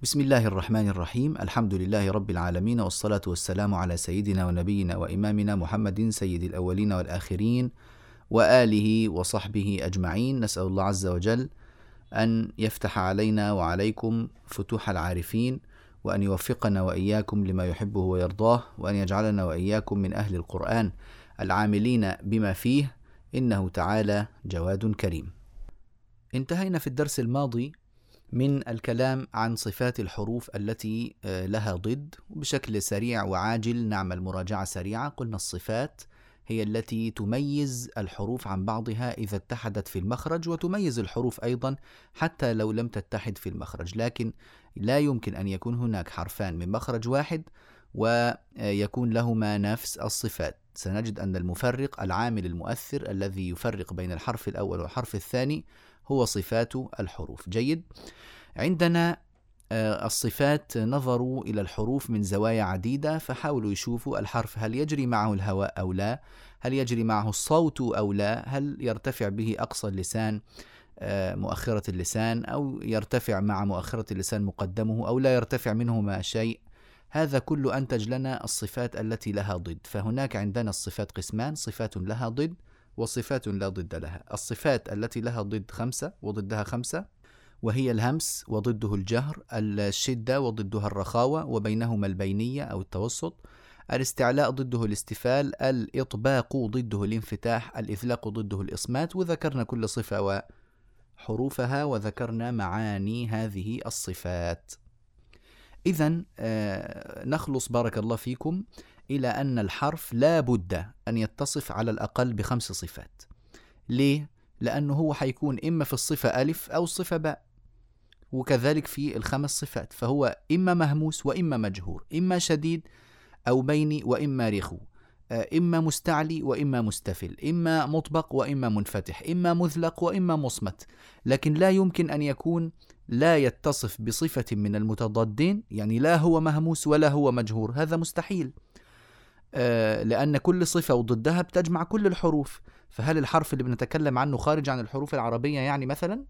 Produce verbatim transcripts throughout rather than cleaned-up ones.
بسم الله الرحمن الرحيم. الحمد لله رب العالمين، والصلاة والسلام على سيدنا ونبينا وإمامنا محمد سيد الأولين والآخرين وآله وصحبه أجمعين. نسأل الله عز وجل أن يفتح علينا وعليكم فتوح العارفين، وأن يوفقنا وإياكم لما يحبه ويرضاه، وأن يجعلنا وإياكم من أهل القرآن العاملين بما فيه، إنه تعالى جواد كريم. انتهينا في الدرس الماضي من الكلام عن صفات الحروف التي لها ضد، وبشكل سريع وعاجل نعمل مراجعة سريعة. قلنا الصفات هي التي تميز الحروف عن بعضها إذا اتحدت في المخرج، وتميز الحروف أيضا حتى لو لم تتحد في المخرج، لكن لا يمكن أن يكون هناك حرفان من مخرج واحد ويكون لهما نفس الصفات. سنجد أن المفرق العامل المؤثر الذي يفرق بين الحرف الأول والحرف الثاني هو صفات الحروف. جيد. عندنا الصفات نظروا إلى الحروف من زوايا عديدة، فحاولوا يشوفوا الحرف هل يجري معه الهواء أو لا، هل يجري معه الصوت أو لا، هل يرتفع به أقصى اللسان مؤخرة اللسان، أو يرتفع مع مؤخرة اللسان مقدمه، أو لا يرتفع منهما شيء. هذا كله أنتج لنا الصفات التي لها ضد. فهناك عندنا الصفات قسمان: صفات لها ضد وصفات لا ضد لها. الصفات التي لها ضد خمسة وضدها خمسة، وهي الهمس وضده الجهر، الشدة وضدها الرخاوة وبينهما البينية أو التوسط، الاستعلاء ضده الاستفال، الإطباق ضده الانفتاح، الإذلاق ضده الإصمات. وذكرنا كل صفة وحروفها، وذكرنا معاني هذه الصفات. إذن آه نخلص بارك الله فيكم إلى أن الحرف لا بد أن يتصف على الأقل بخمس صفات. ليه؟ لأنه هو حيكون إما في الصفة ألف أو الصفة باء، وكذلك في الخمس صفات، فهو إما مهموس وإما مجهور، إما شديد أو بيني وإما رخو، إما مستعلي وإما مستفل، إما مطبق وإما منفتح، إما مذلق وإما مصمت. لكن لا يمكن أن يكون لا يتصف بصفة من المتضادين، يعني لا هو مهموس ولا هو مجهور، هذا مستحيل، لأن كل صفة وضدها بتجمع كل الحروف. فهل الحرف اللي بنتكلم عنه خارج عن الحروف العربية يعني مثلا؟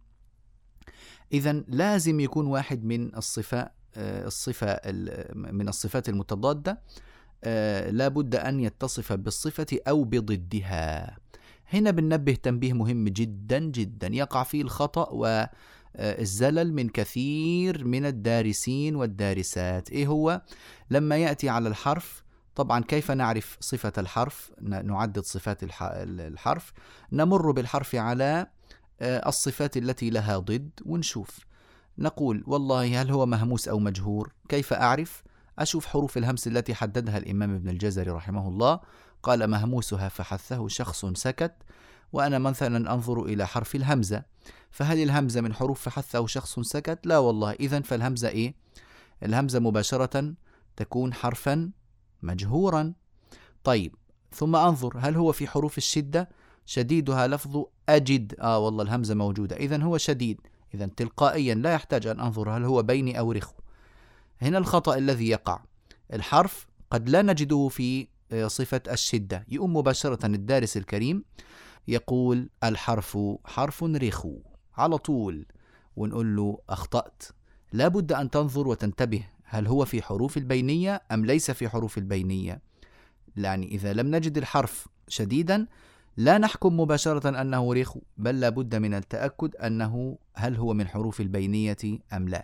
إذن لازم يكون واحد من الصفة الصفة من الصفات المتضادة لا بد أن يتصف بالصفة أو بضدها. هنا بننبه تنبيه مهم جدا جدا يقع فيه الخطأ والزلل من كثير من الدارسين والدارسات. إيه هو؟ لما يأتي على الحرف، طبعا كيف نعرف صفة الحرف؟ نعدد صفات الحرف، نمر بالحرف على الصفات التي لها ضد ونشوف. نقول والله هل هو مهموس أو مجهور؟ كيف أعرف؟ أشوف حروف الهمس التي حددها الإمام ابن الجزري رحمه الله، قال مهموسها فحثه شخص سكت. وأنا مثلا أنظر إلى حرف الهمزة، فهل الهمزة من حروف فحثه شخص سكت؟ لا والله. إذن فالهمزة إيه؟ الهمزة مباشرة تكون حرفا مجهورا. طيب، ثم أنظر هل هو في حروف الشدة؟ شديدها لفظ أجد، آه والله الهمزة موجودة، إذن هو شديد. إذن تلقائيا لا يحتاج أن أنظر هل هو بيني أو رخو. هنا الخطأ الذي يقع: الحرف قد لا نجده في صفة الشدة، يقوم مباشرة الدارس الكريم يقول الحرف حرف رخو على طول، ونقول له أخطأت. لا بد أن تنظر وتنتبه هل هو في حروف البينية أم ليس في حروف البينية. يعني إذا لم نجد الحرف شديدا لا نحكم مباشرة أنه رخو، بل لا بد من التأكد أنه هل هو من حروف البينية أم لا.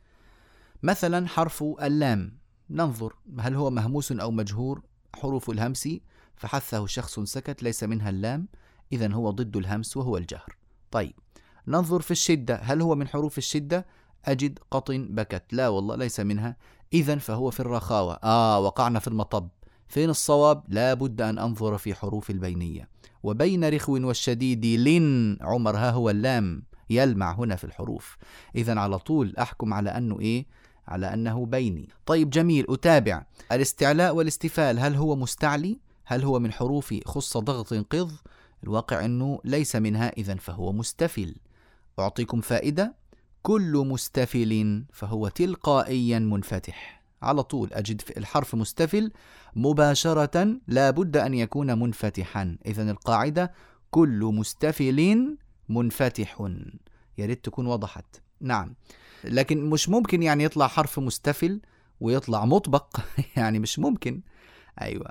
مثلا حرف اللام، ننظر هل هو مهموس أو مجهور. حروف الهمس فحثه شخص سكت، ليس منها اللام، إذن هو ضد الهمس وهو الجهر. طيب، ننظر في الشدة، هل هو من حروف الشدة؟ أجد قطن بكت، لا والله ليس منها، إذن فهو في الرخاوة. آه وقعنا في المطب. فين الصواب؟ لا بد أن أنظر في حروف البينية. وبين رخو والشديد لن عمر، ها هو اللام يلمع هنا في الحروف، إذن على طول أحكم على أنه إيه؟ على أنه بيني. طيب جميل، أتابع الاستعلاء والاستفال، هل هو مستعلي؟ هل هو من حروف خص ضغط قض؟ الواقع أنه ليس منها، إذن فهو مستفل. أعطيكم فائدة: كل مستفل فهو تلقائيا منفتح. على طول أجد الحرف مستفل مباشرة لا بد أن يكون منفتحا. إذن القاعدة كل مستفل منفتح. يا ريت تكون وضحت. نعم. لكن مش ممكن يعني يطلع حرف مستفل ويطلع مطبق يعني مش ممكن. أيوة.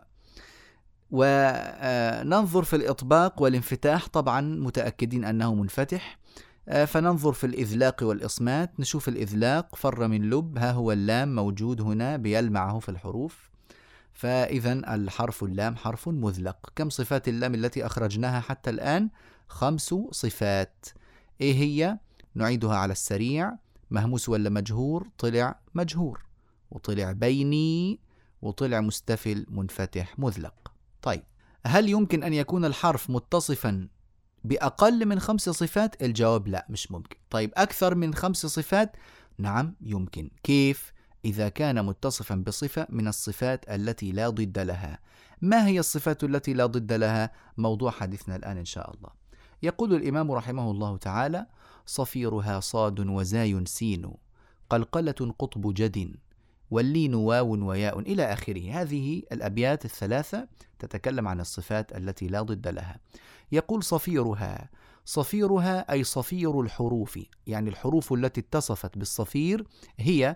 وننظر في الإطباق والانفتاح، طبعا متأكدين أنه منفتح، فننظر في الإذلاق والإصمات. نشوف الإذلاق فر من لب، ها هو اللام موجود هنا بيلمعه في الحروف، فإذا الحرف اللام حرف مذلق. كم صفات اللام التي أخرجناها حتى الآن؟ خمس صفات. إيه هي؟ نعيدها على السريع. مهموس ولا مجهور؟ طلع مجهور، وطلع بيني، وطلع مستفل منفتح مذلق. طيب، هل يمكن أن يكون الحرف متصفا بأقل من خمس صفات؟ الجواب لا، مش ممكن. طيب، أكثر من خمس صفات؟ نعم يمكن. كيف؟ إذا كان متصفا بصفة من الصفات التي لا ضد لها. ما هي الصفات التي لا ضد لها؟ موضوع حديثنا الآن إن شاء الله. يقول الإمام رحمه الله تعالى: صفيرها صاد وزاي سين، قلقلة قطب جد، واللين واو وياء، إلى آخره. هذه الأبيات الثلاثة تتكلم عن الصفات التي لا ضد لها. يقول: صفيرها، صفيرها أي صفير الحروف، يعني الحروف التي اتصفت بالصفير هي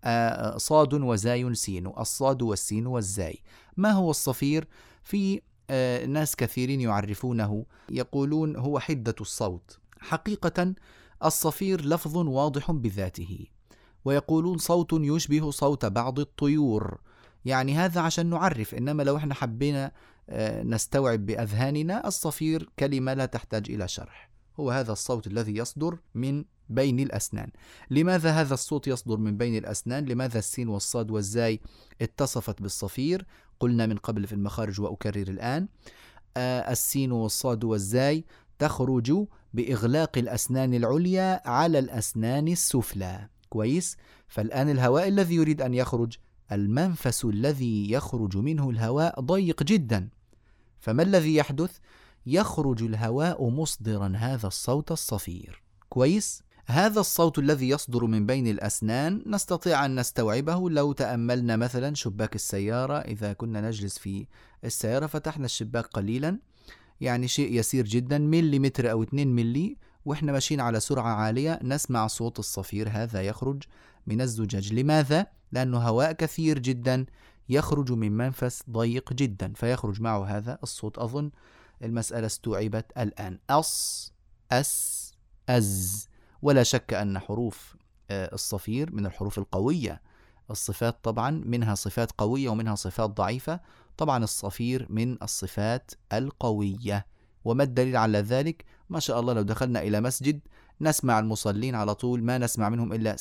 صاد وزاي سين، الصاد والسين والزاي. ما هو الصفير؟ في ناس كثيرين يعرفونه، يقولون هو حدة الصوت. حقيقة الصفير لفظ واضح بذاته، ويقولون صوت يشبه صوت بعض الطيور. يعني هذا عشان نعرف، إنما لو احنا حبينا نستوعب بأذهاننا، الصفير كلمة لا تحتاج إلى شرح. هو هذا الصوت الذي يصدر من بين الأسنان. لماذا هذا الصوت يصدر من بين الأسنان؟ لماذا السين والصاد والزاي اتصفت بالصفير؟ قلنا من قبل في المخارج وأكرر الآن: آه السين والصاد والزاي تخرج بإغلاق الأسنان العليا على الأسنان السفلى. كويس؟ فالآن الهواء الذي يريد أن يخرج، المنفس الذي يخرج منه الهواء ضيق جدا، فما الذي يحدث؟ يخرج الهواء مصدرا هذا الصوت الصفير. كويس؟ هذا الصوت الذي يصدر من بين الأسنان نستطيع أن نستوعبه لو تأملنا مثلا شباك السيارة. إذا كنا نجلس في السيارة فتحنا الشباك قليلا، يعني شيء يسير جدا، مليمتر أو اتنين ملي، وإحنا ماشيين على سرعة عالية، نسمع صوت الصفير هذا يخرج من الزجاج. لماذا؟ لأنه هواء كثير جدا يخرج من منفس ضيق جدا، فيخرج معه هذا الصوت. أظن المسألة استوعبت الآن. أص، أس، أز. ولا شك أن حروف الصفير من الحروف القوية. الصفات طبعا منها صفات قوية ومنها صفات ضعيفة. طبعا الصفير من الصفات القوية. وما الدليل على ذلك؟ ما شاء الله، لو دخلنا إلى مسجد نسمع المصلين على طول، ما نسمع منهم إلا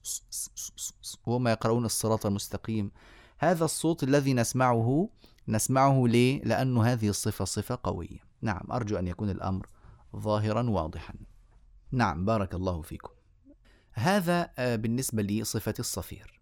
وهم يقرؤون الصراط المستقيم. هذا الصوت الذي نسمعه نسمعه ليه؟ لأنه هذه الصفة صفة قوية. نعم، أرجو أن يكون الأمر ظاهرا واضحا. نعم، بارك الله فيكم. هذا بالنسبة لصفة الصفير.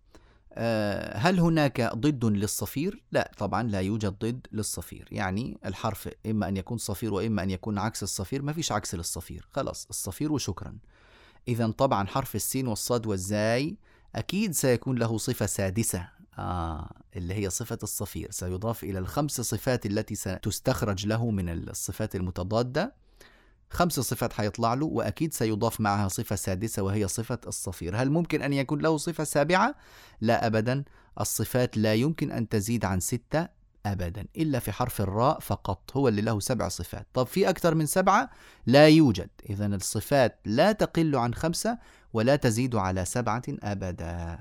هل هناك ضد للصفير؟ لا، طبعا لا يوجد ضد للصفير. يعني الحرف إما أن يكون صفير وإما أن يكون عكس الصفير، ما فيش عكس للصفير، خلاص الصفير وشكرا. إذن طبعا حرف السين والصاد والزاي أكيد سيكون له صفة سادسة، آه اللي هي صفة الصفير، سيضاف إلى الخمس صفات التي ستستخرج له من الصفات المتضادة. خمس صفات حيطلع له، وأكيد سيضاف معها صفة سادسة وهي صفة الصفير. هل ممكن أن يكون له صفة سابعة؟ لا أبدا، الصفات لا يمكن أن تزيد عن ستة أبدا، إلا في حرف الراء فقط هو اللي له سبع صفات. طب في أكثر من سبعة؟ لا يوجد. إذن الصفات لا تقل عن خمسة ولا تزيد على سبعة أبدا.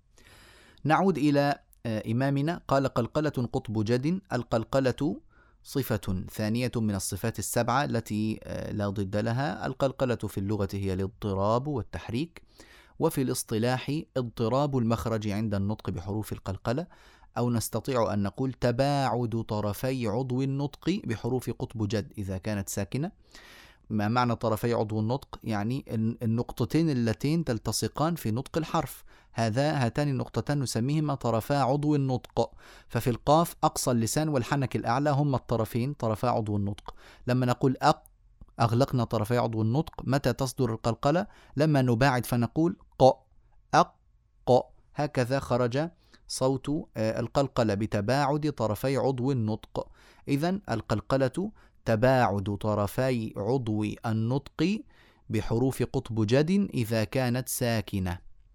نعود إلى إمامنا. قال: قلقلة قطب جد. القلقلة صفة ثانية من الصفات السبعة التي لا ضد لها. القلقلة في اللغة هي الاضطراب والتحريك، وفي الاصطلاح اضطراب المخرج عند النطق بحروف القلقلة، أو نستطيع أن نقول تباعد طرفي عضو النطق بحروف قطب جد إذا كانت ساكنة. ما معنى طرفي عضو النطق؟ يعني النقطتين اللتين تلتصقان في نطق الحرف، هذا هاتان النقطتان نسميهما طرفا عضو النطق. ففي القاف أقصى اللسان والحنك الأعلى هما الطرفين طرفا عضو النطق. لما نقول أق أغلقنا طرفي عضو النطق. متى تصدر القلقلة؟ لما نباعد فنقول ق، أق، ق. هكذا خرج صوت القلقلة بتباعد طرفي عضو النطق. إذن القلقلة تباعد طرفي عضو النطق بحروف قطب جد إذا كانت ساكنة.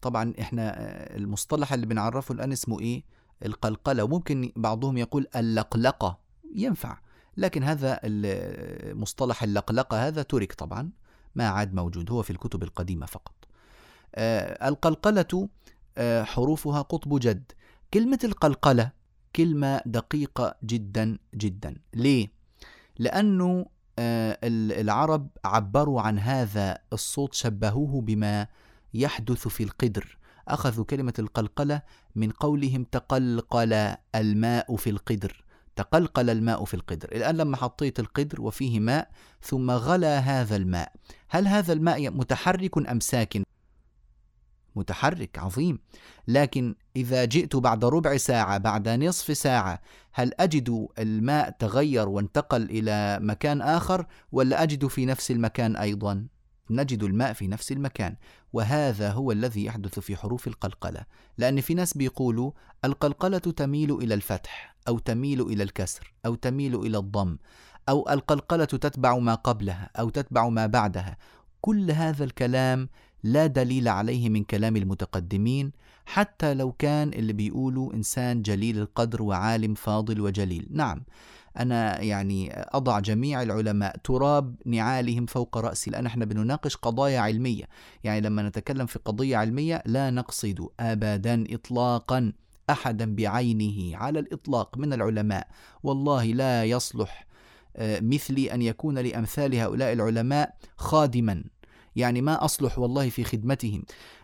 طبعا إحنا المصطلح اللي بنعرفه الآن اسمه إيه؟ القلقلة، وممكن بعضهم يقول اللقلقة، ينفع، لكن هذا المصطلح اللقلقة هذا ترك طبعا، ما عاد موجود، هو في الكتب القديمة فقط. آه القلقلة آه حروفها قطب جد. كلمة القلقلة كلمة دقيقة جدا جدا. ليه؟ لأنه آه العرب عبروا عن هذا الصوت، شبهوه بما يحدث في القدر. أخذوا كلمة القلقلة من قولهم تقلقل الماء في القدر، تقلقل الماء في القدر. الآن لما حطيت القدر وفيه ماء ثم غلى هذا الماء، هل هذا الماء متحرك أم ساكن؟ متحرك، عظيم. لكن إذا جئت بعد ربع ساعة، بعد نصف ساعة، هل أجد الماء تغير وانتقل إلى مكان آخر، ولا أجد في نفس المكان أيضا؟ نجد الماء في نفس المكان. وهذا هو الذي يحدث في حروف القلقلة. لأن في ناس بيقولوا القلقلة تميل إلى الفتح أو تميل إلى الكسر أو تميل إلى الضم، أو القلقلة تتبع ما قبلها أو تتبع ما بعدها. كل هذا الكلام لا دليل عليه من كلام المتقدمين، حتى لو كان اللي بيقولوا إنسان جليل القدر وعالم فاضل وجليل. نعم، أنا يعني أضع جميع العلماء تراب نعالهم فوق رأسي، لأن احنا بنناقش قضايا علمية. يعني لما نتكلم في قضية علمية لا نقصد أبدا إطلاقا أحدا بعينه على الإطلاق من العلماء. والله لا يصلح مثلي أن يكون لأمثال هؤلاء العلماء خادما، يعني ما أصلح والله في خدمتهم.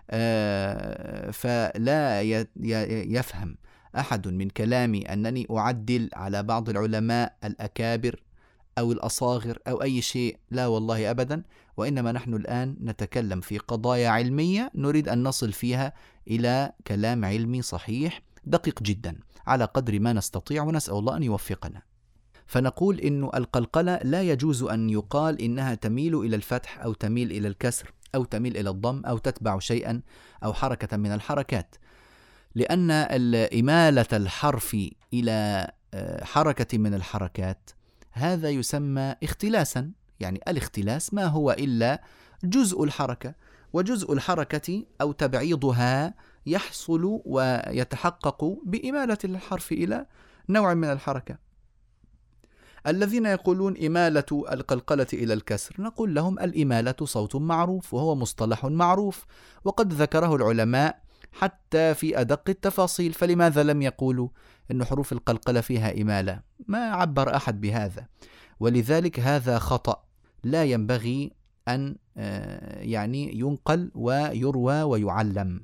فلا يفهم أحد من كلامي أنني أعدل على بعض العلماء الأكابر أو الأصاغر أو أي شيء، لا والله أبدا. وإنما نحن الآن نتكلم في قضايا علمية نريد أن نصل فيها إلى كلام علمي صحيح دقيق جدا على قدر ما نستطيع، ونسأل الله أن يوفقنا. فنقول إن القلقلة لا يجوز أن يقال إنها تميل إلى الفتح أو تميل إلى الكسر أو تميل إلى الضم أو تتبع شيئا أو حركة من الحركات، لأن إمالة الحرف إلى حركة من الحركات هذا يسمى اختلاسا. يعني الاختلاس ما هو إلا جزء الحركة، وجزء الحركة أو تبعيضها يحصل ويتحقق بإمالة الحرف إلى نوع من الحركة. الذين يقولون إمالة القلقلة إلى الكسر، نقول لهم الإمالة صوت معروف وهو مصطلح معروف، وقد ذكره العلماء حتى في أدق التفاصيل. فلماذا لم يقولوا أن حروف القلقلة فيها إمالة؟ ما عبر أحد بهذا، ولذلك هذا خطأ لا ينبغي أن يعني ينقل ويروى ويعلم.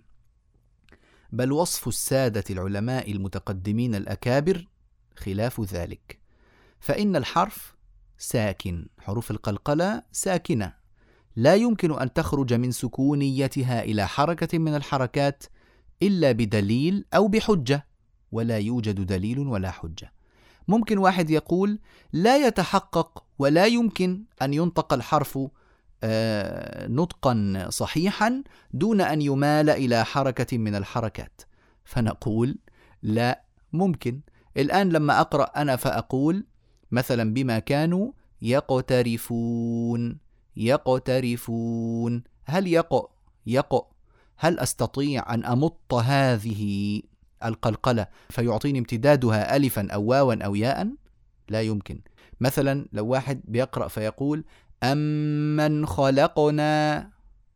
بل وصف السادة العلماء المتقدمين الأكابر خلاف ذلك، فإن الحرف ساكن، حروف القلقلة ساكنة، لا يمكن أن تخرج من سكونيتها إلى حركة من الحركات إلا بدليل أو بحجة، ولا يوجد دليل ولا حجة. ممكن واحد يقول لا يتحقق ولا يمكن أن ينطق الحرف آه نطقا صحيحا دون أن يمال إلى حركة من الحركات، فنقول لا ممكن. الآن لما أقرأ أنا فأقول مثلا بما كانوا يقترفون يقترفون، هل يق يق هل أستطيع أن أمط هذه القلقلة فيعطيني امتدادها ألفا أو واوا أو ياء؟ لا يمكن. مثلا لو واحد بيقرأ فيقول أمن خلقنا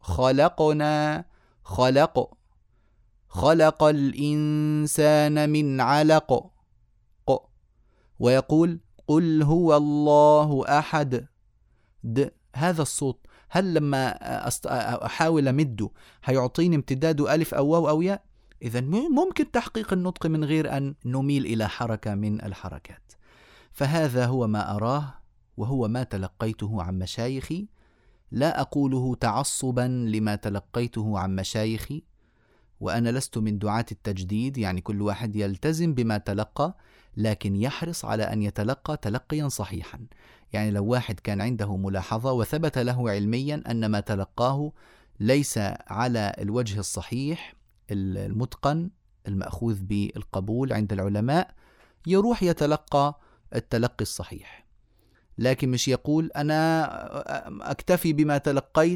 خلقنا خلق خلق الإنسان من علق ق، ويقول قل هو الله أحد د، هذا الصوت هل لما أحاول أمده هيعطيني امتداد ألف أو واو أو ياء؟ إذن ممكن تحقيق النطق من غير أن نميل إلى حركة من الحركات. فهذا هو ما أراه وهو ما تلقيته عن مشايخي، لا أقوله تعصبا لما تلقيته عن مشايخي، وأنا لست من دعاة التجديد، يعني كل واحد يلتزم بما تلقى، لكن يحرص على أن يتلقى تلقيا صحيحا. يعني لو واحد كان عنده ملاحظة وثبت له علميا أن ما تلقاه ليس على الوجه الصحيح المتقن المأخوذ بالقبول عند العلماء، يروح يتلقى التلقي الصحيح. لكن مش يقول أنا أكتفي بما تلقيت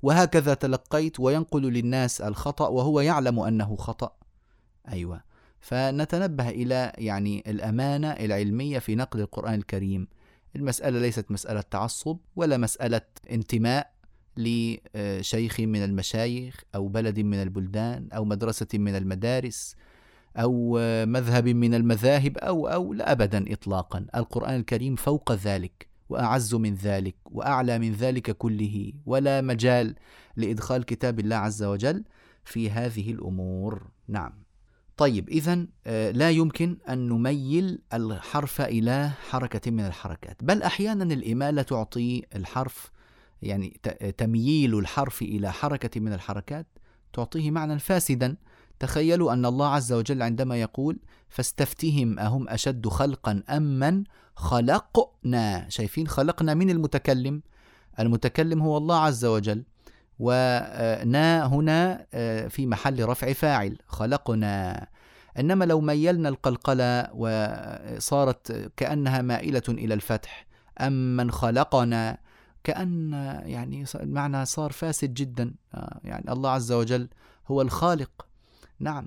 وهكذا تلقيت، وينقل للناس الخطأ وهو يعلم أنه خطأ. أيوة، فنتنبه إلى يعني الأمانة العلمية في نقل القرآن الكريم. المسألة ليست مسألة تعصب ولا مسألة انتماء لشيخ من المشايخ أو بلد من البلدان أو مدرسة من المدارس أو مذهب من المذاهب أو أو لا أبدا إطلاقا. القرآن الكريم فوق ذلك وأعز من ذلك وأعلى من ذلك كله، ولا مجال لإدخال كتاب الله عز وجل في هذه الأمور. نعم. طيب، إذن لا يمكن أن نميل الحرف إلى حركة من الحركات، بل أحيانا الإمالة تعطي الحرف، يعني تمييل الحرف إلى حركة من الحركات تعطيه معنى فاسدا. تخيلوا أن الله عز وجل عندما يقول فاستفتهم أهم أشد خلقا أم من خلقنا، شايفين خلقنا من المتكلم؟ المتكلم هو الله عز وجل، ونا هنا في محل رفع فاعل خلقنا. إنما لو ميلنا القلقلة وصارت كأنها مائلة إلى الفتح أم من خلقنا، كأن يعني المعنى صار فاسد جدا. يعني الله عز وجل هو الخالق. نعم،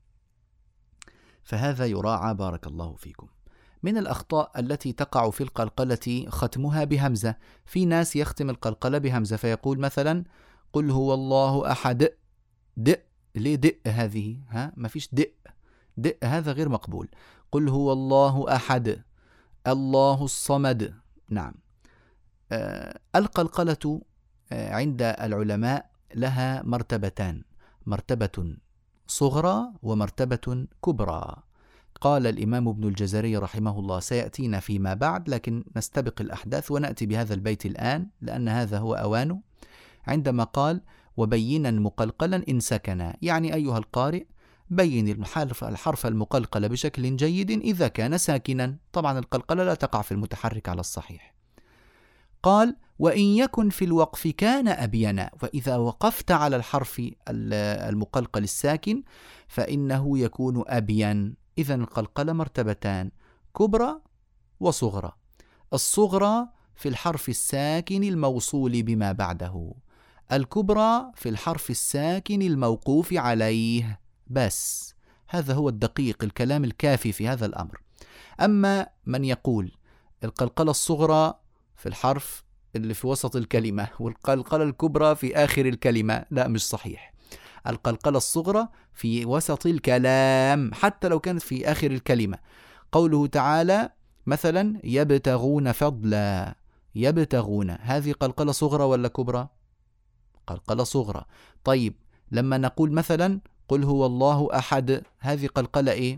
فهذا يراعى. بارك الله فيكم. من الأخطاء التي تقع في القلقلة ختمها بهمزة. في ناس يختم القلقلة بهمزة فيقول مثلا قل هو الله أحد. دئ، ليه دئ هذه؟ ها، ما فيش دئ. دئ هذا غير مقبول. قل هو الله أحد، الله الصمد. نعم. آه القلقلة آه عند العلماء لها مرتبتان، مرتبة صغرى ومرتبة كبرى. قال الإمام ابن الجزري رحمه الله، سيأتينا فيما بعد، لكن نستبق الأحداث ونأتي بهذا البيت الآن لأن هذا هو أوانه، عندما قال وبينا مقلقلا إن سكنا، يعني أيها القارئ بين الحرف, الحرف المقلقل بشكل جيد إذا كان ساكنا. طبعا القلقلة لا تقع في المتحرك على الصحيح. قال وإن يكن في الوقف كان أبينا، وإذا وقفت على الحرف المقلقل الساكن فإنه يكون أبين. إذن القلقلة مرتبتان، كبرى وصغرى. الصغرى في الحرف الساكن الموصول بما بعده، الكبرى في الحرف الساكن الموقوف عليه. بس هذا هو الدقيق، الكلام الكافي في هذا الأمر. أما من يقول القلقلة الصغرى في الحرف اللي في وسط الكلمة والقلقلة الكبرى في آخر الكلمة، لا، مش صحيح. القلقلة الصغرى في وسط الكلام حتى لو كانت في آخر الكلمة. قوله تعالى مثلا يبتغون فضلا، يبتغون، هذه قلقلة صغرى ولا كبرى؟ قلقلة صغرى. طيب لما نقول مثلا قل هو الله أحد، هذه قلقلة إيه؟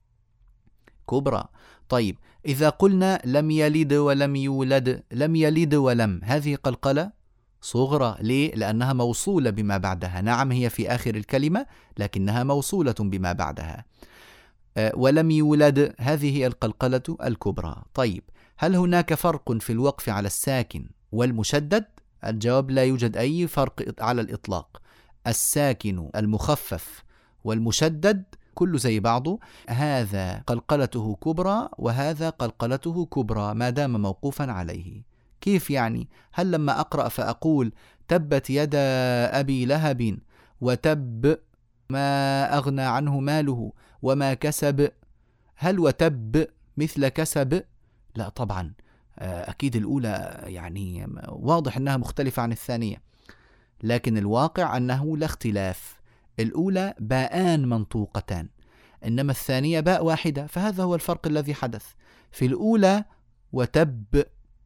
كبرى. طيب إذا قلنا لم يلد ولم يولد، لم يلد ولم، هذه قلقلة صغرى. ليه؟ لأنها موصولة بما بعدها. نعم هي في آخر الكلمة لكنها موصولة بما بعدها. أه ولم يولد، هذه هي القلقلة الكبرى. طيب هل هناك فرق في الوقف على الساكن والمشدد؟ الجواب لا يوجد أي فرق على الإطلاق. الساكن المخفف والمشدد كله زي بعضه، هذا قلقلته كبرى وهذا قلقلته كبرى ما دام موقوفا عليه. كيف يعني؟ هل لما أقرأ فأقول تبت يدا أبي لهب وتب ما أغنى عنه ماله وما كسب، هل وتب مثل كسب؟ لا طبعا، أكيد الأولى يعني واضح أنها مختلفة عن الثانية، لكن الواقع أنه لا اختلاف. الأولى باءان منطوقتان إنما الثانية باء واحدة، فهذا هو الفرق الذي حدث. في الأولى وتب،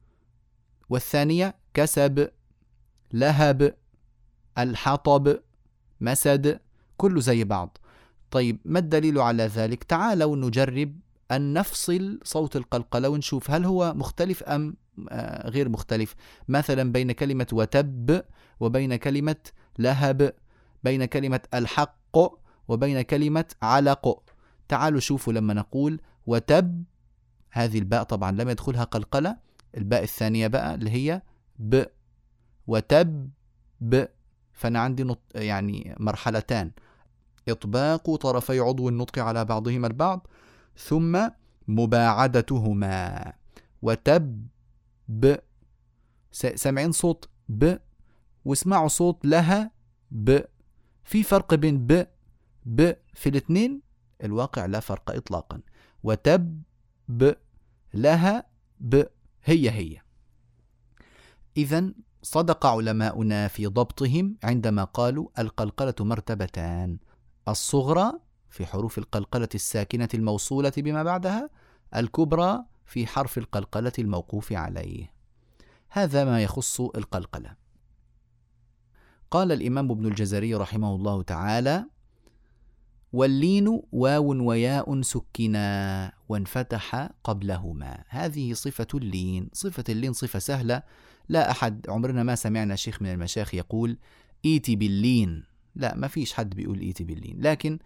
والثانية كسب، لهب، الحطب، مسد، كله زي بعض. طيب ما الدليل على ذلك؟ تعالوا نجرب أن نفصل صوت القلقلة ونشوف هل هو مختلف أم غير مختلف. مثلا بين كلمة وتب وبين كلمة لهب، بين كلمة الحق وبين كلمة علق. تعالوا شوفوا لما نقول وتب، هذه الباء طبعا لم يدخلها قلقلة، الباء الثانية بقى اللي هي ب، وتب ب، فأنا عندي نط... يعني مرحلتان، إطباق طرفي عضو النطق على بعضهما البعض ثم مباعدتهما. وتب ب، سامعين صوت ب واسمعوا صوت لها ب. في فرق بين ب ب في الاثنين؟ الواقع لا فرق إطلاقا. وتب ب لها ب هي هي. إذن صدق علماؤنا في ضبطهم عندما قالوا القلقلة مرتبتان: الصغرى في حروف القلقلة الساكنة الموصولة بما بعدها، الكبرى في حرف القلقلة الموقوف عليه. هذا ما يخص القلقلة. قال الإمام ابن الجزري رحمه الله تعالى: واللين واو وياء سكنا وانفتح قبلهما. هذه صفة اللين. صفة اللين صفة سهلة، لا أحد عمرنا ما سمعنا شيخ من المشايخ يقول إيتي باللين، لا، ما فيش حد بيقول إيتي باللين، لكن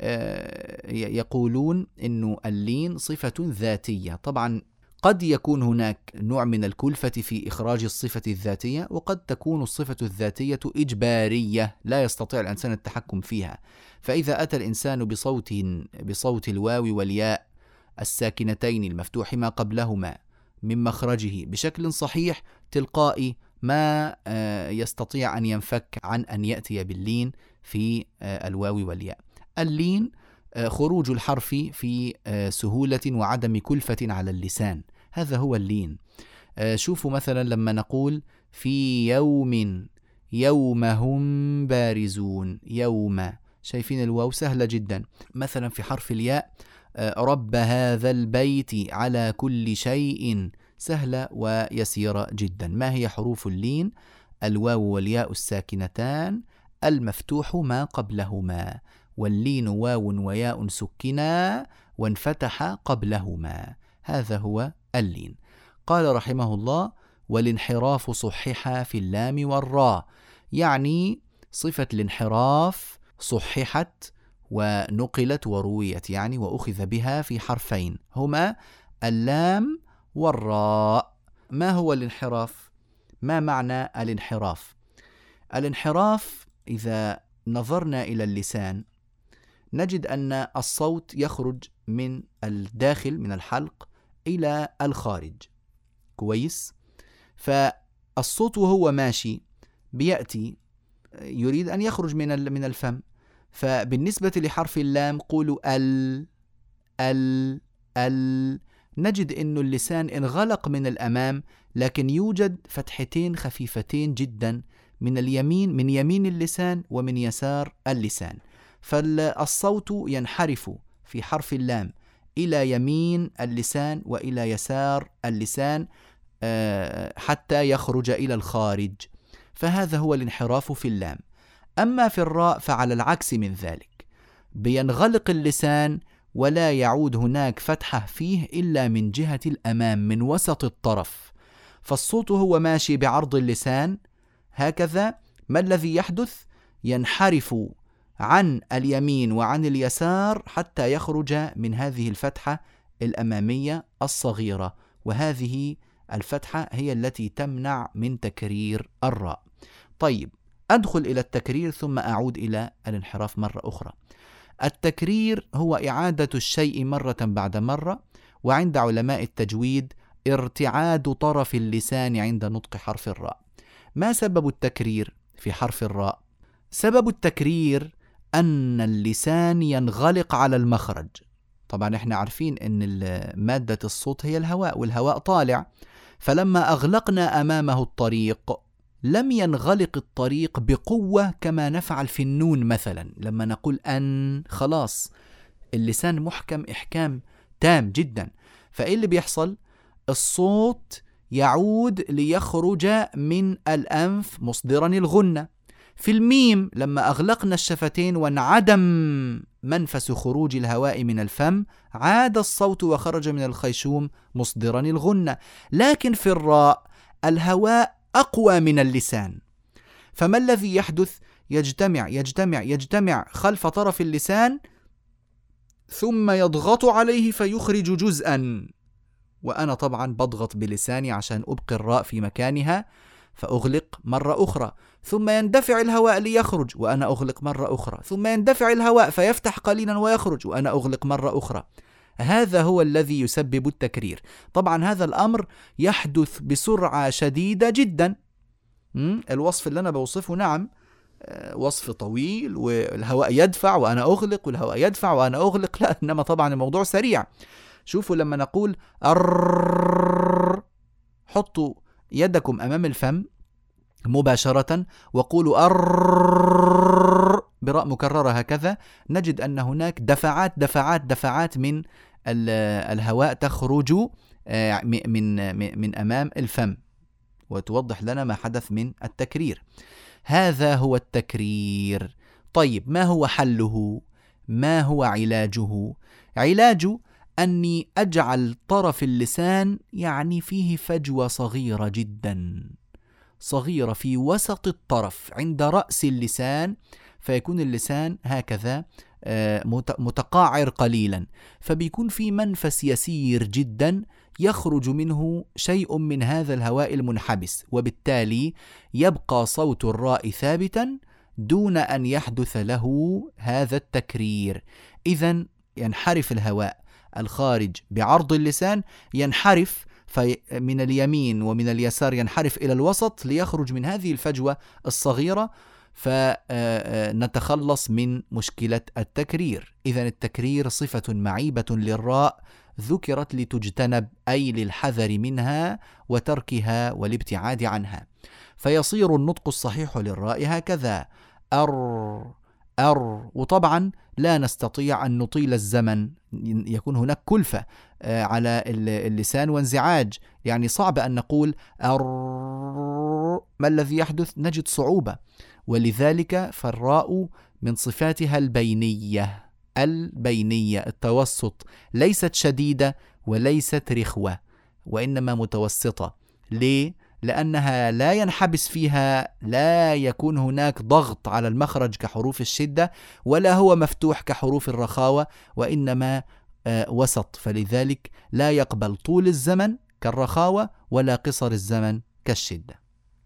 يقولون إنه اللين صفة ذاتية. طبعا قد يكون هناك نوع من الكلفة في إخراج الصفة الذاتية، وقد تكون الصفة الذاتية إجبارية لا يستطيع الإنسان التحكم فيها. فإذا أتى الإنسان بصوت بصوت الواو والياء الساكنتين المفتوح ما قبلهما من مخرجه بشكل صحيح تلقائي، ما يستطيع أن ينفك عن أن يأتي باللين في الواو والياء. اللين خروج الحرف في سهولة وعدم كلفة على اللسان، هذا هو اللين. شوفوا مثلا لما نقول في يوم يوم هم بارزون، يوم، شايفين الواو سهلة جدا. مثلا في حرف الياء رب هذا البيت على كل شيء، سهلة ويسيرة جدا. ما هي حروف اللين؟ الواو والياء الساكنتان المفتوح ما قبلهما، واللين واو وياء سكنا وانفتح قبلهما، هذا هو اللين. قال رحمه الله: والانحراف صحح في اللام والراء، يعني صفة الانحراف صححت ونقلت ورويت، يعني وأخذ بها في حرفين هما اللام والراء. ما هو الانحراف؟ ما معنى الانحراف؟ الانحراف إذا نظرنا إلى اللسان نجد أن الصوت يخرج من الداخل من الحلق إلى الخارج، كويس؟ فالصوت وهو ماشي بيأتي يريد أن يخرج من من الفم. فبالنسبة لحرف اللام قولوا ال ال ال، نجد أن اللسان انغلق من الأمام، لكن يوجد فتحتين خفيفتين جدا من اليمين، من يمين اللسان ومن يسار اللسان. فالصوت ينحرف في حرف اللام إلى يمين اللسان وإلى يسار اللسان حتى يخرج إلى الخارج، فهذا هو الانحراف في اللام. أما في الراء فعلى العكس من ذلك، بينغلق اللسان ولا يعود هناك فتحة فيه إلا من جهة الأمام من وسط الطرف، فالصوت هو ماشي بعرض اللسان هكذا، ما الذي يحدث؟ ينحرف عن اليمين وعن اليسار حتى يخرج من هذه الفتحة الأمامية الصغيرة، وهذه الفتحة هي التي تمنع من تكرير الراء. طيب، أدخل إلى التكرير ثم أعود إلى الانحراف مرة أخرى. التكرير هو إعادة الشيء مرة بعد مرة، وعند علماء التجويد ارتعاد طرف اللسان عند نطق حرف الراء. ما سبب التكرير في حرف الراء؟ سبب التكرير أن اللسان ينغلق على المخرج. طبعا احنا عارفين أن مادة الصوت هي الهواء، والهواء طالع، فلما أغلقنا أمامه الطريق لم ينغلق الطريق بقوة كما نفعل في النون مثلا. لما نقول أن، خلاص اللسان محكم إحكام تام جدا، فإيه اللي بيحصل؟ الصوت يعود ليخرج من الأنف مصدرا الغنة. في الميم لما أغلقنا الشفتين وانعدم منفس خروج الهواء من الفم عاد الصوت وخرج من الخيشوم مصدرا الغنة. لكن في الراء الهواء أقوى من اللسان، فما الذي يحدث؟ يجتمع يجتمع يجتمع خلف طرف اللسان ثم يضغط عليه فيخرج جزءا، وأنا طبعا بضغط بلساني عشان أبقي الراء في مكانها، فأغلق مرة أخرى، ثم يندفع الهواء ليخرج وأنا أغلق مرة أخرى، ثم يندفع الهواء فيفتح قليلا ويخرج وأنا أغلق مرة أخرى. هذا هو الذي يسبب التكرير. طبعا هذا الأمر يحدث بسرعة شديدة جدا، الوصف اللي أنا بوصفه نعم وصف طويل، والهواء يدفع وأنا أغلق، والهواء يدفع وأنا أغلق، لا، إنما طبعا الموضوع سريع. شوفوا لما نقول أر، حطوا يدكم أمام الفم مباشرة وقولوا أر براء مكررة هكذا، نجد أن هناك دفعات دفعات دفعات من الهواء تخرج من من من أمام الفم، وتوضح لنا ما حدث من التكرير. هذا هو التكرير. طيب ما هو حله؟ ما هو علاجه؟ علاجه أني أجعل طرف اللسان يعني فيه فجوة صغيرة جدا، صغيرة في وسط الطرف عند رأس اللسان، فيكون اللسان هكذا متقاعر قليلا، فبيكون في منفس يسير جدا يخرج منه شيء من هذا الهواء المنحبس، وبالتالي يبقى صوت الراء ثابتا دون أن يحدث له هذا التكرير. إذن ينحرف الهواء الخارج بعرض اللسان، ينحرف من اليمين ومن اليسار، ينحرف إلى الوسط ليخرج من هذه الفجوة الصغيرة، فنتخلص من مشكلة التكرير. إذن التكرير صفة معيبة للراء ذكرت لتجتنب، أي للحذر منها وتركها والابتعاد عنها، فيصير النطق الصحيح للراء هكذا أر أر. وطبعا لا نستطيع أن نطيل الزمن، يكون هناك كلفة على اللسان وانزعاج، يعني صعب أن نقول أر. ما الذي يحدث؟ نجد صعوبة، ولذلك فالراء من صفاتها البينية، البينية التوسط، ليست شديدة وليست رخوة، وإنما متوسطة. ليه؟ لأنها لا ينحبس فيها، لا يكون هناك ضغط على المخرج كحروف الشدة، ولا هو مفتوح كحروف الرخاوة، وإنما آه وسط، فلذلك لا يقبل طول الزمن كالرخاوة ولا قصر الزمن كالشدة.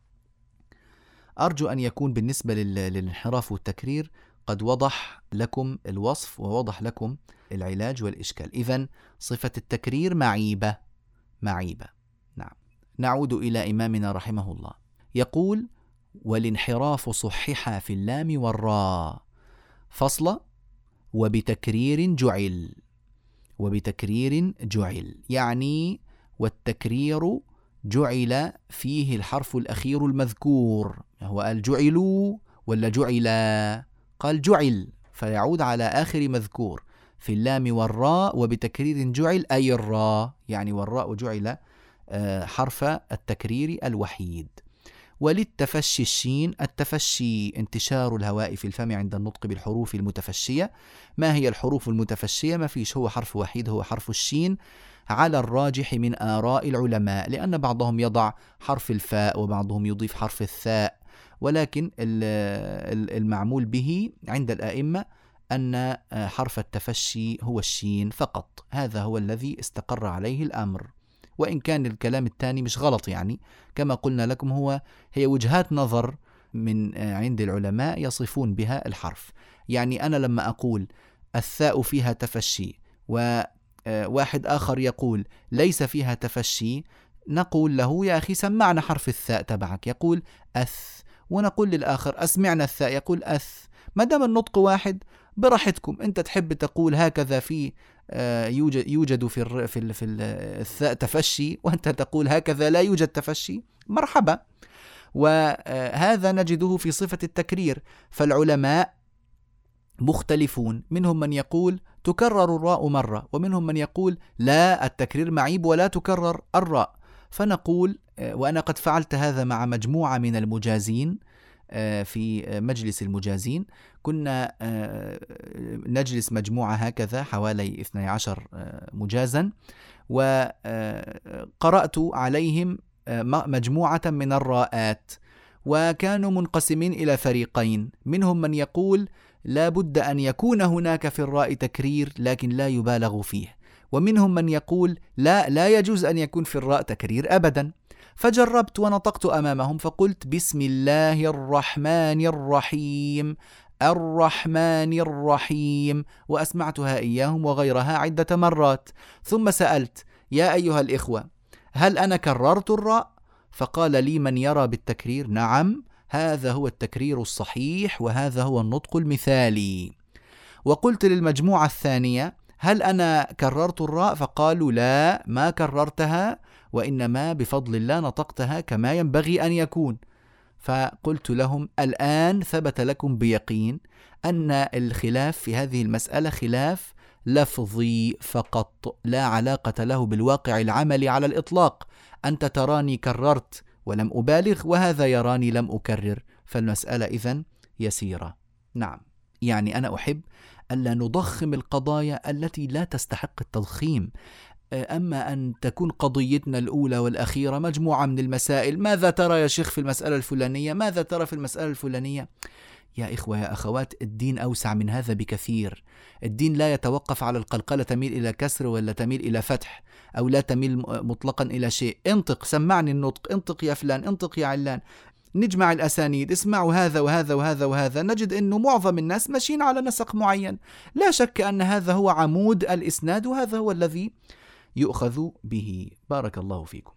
أرجو أن يكون بالنسبة للانحراف والتكرير قد وضح لكم الوصف ووضح لكم العلاج والإشكال. إذن صفة التكرير معيبة، معيبة. نعم. نعود إلى إمامنا رحمه الله، يقول: والانحراف صحح في اللام والراء فصل وبتكرير جعل. وبتكرير جعل يعني والتكرير جعل فيه الحرف الأخير المذكور. هو قال جعلوا ولا جعلا؟ قال جعل، فيعود على آخر مذكور في اللام والراء. وبتكرير جعل أي الراء، يعني والراء جعل حرف التكرير الوحيد. وللتفشي الشين. التفشي انتشار الهواء في الفم عند النطق بالحروف المتفشية. ما هي الحروف المتفشية؟ ما فيش، هو حرف وحيد، هو حرف الشين، على الراجح من آراء العلماء، لأن بعضهم يضع حرف الفاء وبعضهم يضيف حرف الثاء، ولكن المعمول به عند الآئمة أن حرف التفشي هو الشين فقط. هذا هو الذي استقر عليه الأمر، وإن كان الكلام الثاني مش غلط، يعني كما قلنا لكم هو هي وجهات نظر من عند العلماء يصفون بها الحرف. يعني أنا لما أقول الثاء فيها تفشي وواحد آخر يقول ليس فيها تفشي، نقول له يا أخي سمعنا حرف الثاء تبعك، يقول أث، ونقول للآخر أسمعنا الثاء، يقول أث. ما دام النطق واحد براحتكم، أنت تحب تقول هكذا في يوجد يوجد في في في الثاء تفشي، وأنت تقول هكذا لا يوجد تفشي، مرحبا. وهذا نجده في صفة التكرير، فالعلماء مختلفون، منهم من يقول تكرر الراء مرة، ومنهم من يقول لا، التكرير معيب ولا تكرر الراء. فنقول، وأنا قد فعلت هذا مع مجموعة من المجازين في مجلس المجازين، كنا نجلس مجموعة هكذا حوالي اثني عشر مجازا، وقرأت عليهم مجموعة من الراءات، وكانوا منقسمين إلى فريقين، منهم من يقول لا بد أن يكون هناك في الراء تكرير لكن لا يبالغ فيه، ومنهم من يقول لا لا يجوز أن يكون في الراء تكرير أبدا. فجربت ونطقت أمامهم فقلت بسم الله الرحمن الرحيم، الرحمن الرحيم، وأسمعتها إياهم وغيرها عدة مرات، ثم سألت يا أيها الإخوة هل أنا كررت الراء؟ فقال لي: من يرى بالتكرير؟ نعم، هذا هو التكرير الصحيح وهذا هو النطق المثالي. وقلت للمجموعة الثانية: هل أنا كررت الراء؟ فقالوا: لا، ما كررتها، وإنما بفضل الله نطقتها كما ينبغي أن يكون. فقلت لهم: الآن ثبت لكم بيقين أن الخلاف في هذه المسألة خلاف لفظي فقط، لا علاقة له بالواقع العملي على الإطلاق. أنت تراني كررت ولم أبالغ، وهذا يراني لم أكرر، فالمسألة إذن يسيرة. نعم، يعني أنا أحب ألا نضخم القضايا التي لا تستحق التضخيم. أما أن تكون قضيتنا الأولى والأخيرة مجموعة من المسائل، ماذا ترى يا شيخ في المسألة الفلانية؟ ماذا ترى في المسألة الفلانية؟ يا إخوة يا أخوات، الدين أوسع من هذا بكثير. الدين لا يتوقف على القلقلة تميل إلى كسر ولا تميل إلى فتح أو لا تميل مطلقا إلى شيء. انطق، سمعني النطق، انطق يا فلان، انطق يا علان، نجمع الأسانيد، اسمعوا هذا وهذا وهذا وهذا، نجد أنه معظم الناس ماشيين على نسق معين. لا شك أن هذا هو عمود الإسناد، وهذا هو الذي يؤخذ به. بارك الله فيكم.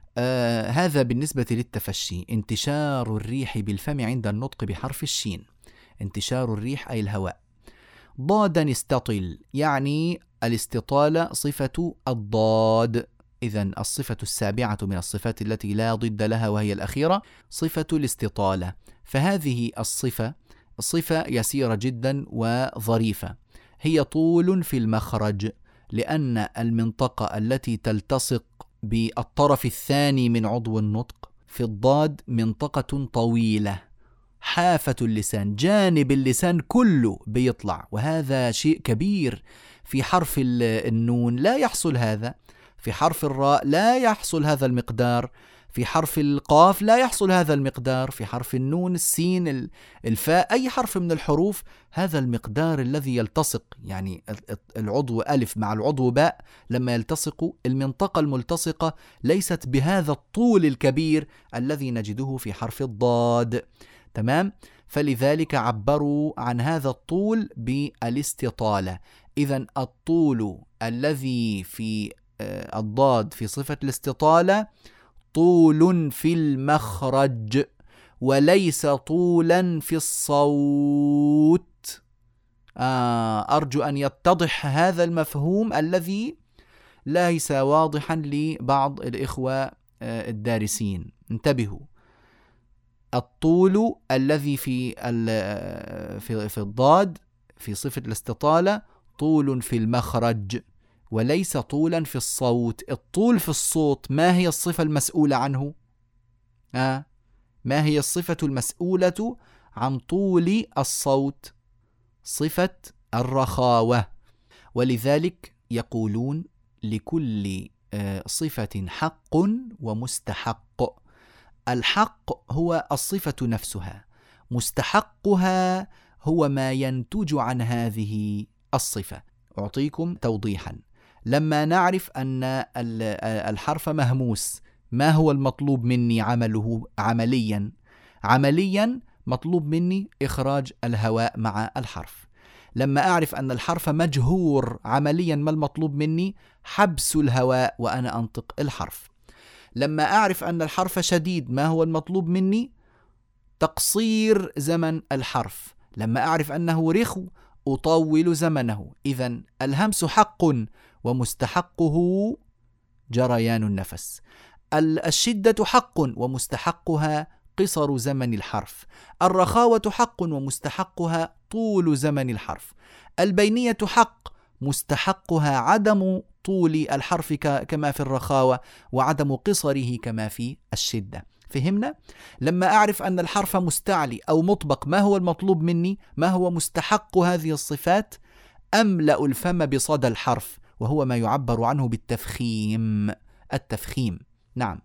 آه هذا بالنسبة للتفشي. انتشار الريح بالفم عند النطق بحرف الشين. انتشار الريح أي الهواء. ضادا استطل، يعني الاستطالة صفة الضاد. إذن الصفة السابعة من الصفات التي لا ضد لها وهي الأخيرة صفة الاستطالة. فهذه الصفة صفة يسيرة جدا وظريفة. هي طول في المخرج، لأن المنطقة التي تلتصق بالطرف الثاني من عضو النطق في الضاد منطقة طويلة، حافة اللسان، جانب اللسان كله بيطلع، وهذا شيء كبير. في حرف النون لا يحصل هذا، في حرف الراء لا يحصل هذا المقدار، في حرف القاف لا يحصل هذا المقدار، في حرف النون، السين، الفاء، أي حرف من الحروف هذا المقدار الذي يلتصق، يعني العضو ألف مع العضو باء لما يلتصق، المنطقة الملتصقة ليست بهذا الطول الكبير الذي نجده في حرف الضاد. تمام؟ فلذلك عبروا عن هذا الطول بالاستطالة. إذن الطول الذي في الضاد في صفة الاستطالة طول في المخرج وليس طولا في الصوت. آه أرجو أن يتضح هذا المفهوم الذي ليس واضحا لبعض الإخوة الدارسين. انتبهوا، الطول الذي في في في الضاد في صفة الاستطالة طول في المخرج وليس طولا في الصوت. الطول في الصوت ما هي الصفة المسؤولة عنه؟ آه ما هي الصفة المسؤولة عن طول الصوت؟ صفة الرخاوة. ولذلك يقولون لكل صفة حق ومستحق. الحق هو الصفة نفسها، مستحقها هو ما ينتج عن هذه الصفة. أعطيكم توضيحا. لما نعرف أن الحرف مهموس، ما هو المطلوب مني عمله عمليا؟ عمليا مطلوب مني إخراج الهواء مع الحرف. لما أعرف أن الحرف مجهور، عمليا ما المطلوب مني؟ حبس الهواء وأنا أنطق الحرف. لما أعرف أن الحرف شديد، ما هو المطلوب مني؟ تقصير زمن الحرف. لما أعرف أنه رخو، أطول زمنه. إذن الهمس حق ومستحقه جريان النفس. الشدة حق ومستحقها قصر زمن الحرف. الرخاوة حق ومستحقها طول زمن الحرف. البينية حق، مستحقها عدم طول الحرف كما في الرخاوة وعدم قصره كما في الشدة. فهمنا؟ لما أعرف أن الحرف مستعلي أو مطبق، ما هو المطلوب مني؟ ما هو مستحق هذه الصفات؟ أملأ الفم بصدى الحرف، وهو ما يعبر عنه بالتفخيم. التفخيم، نعم.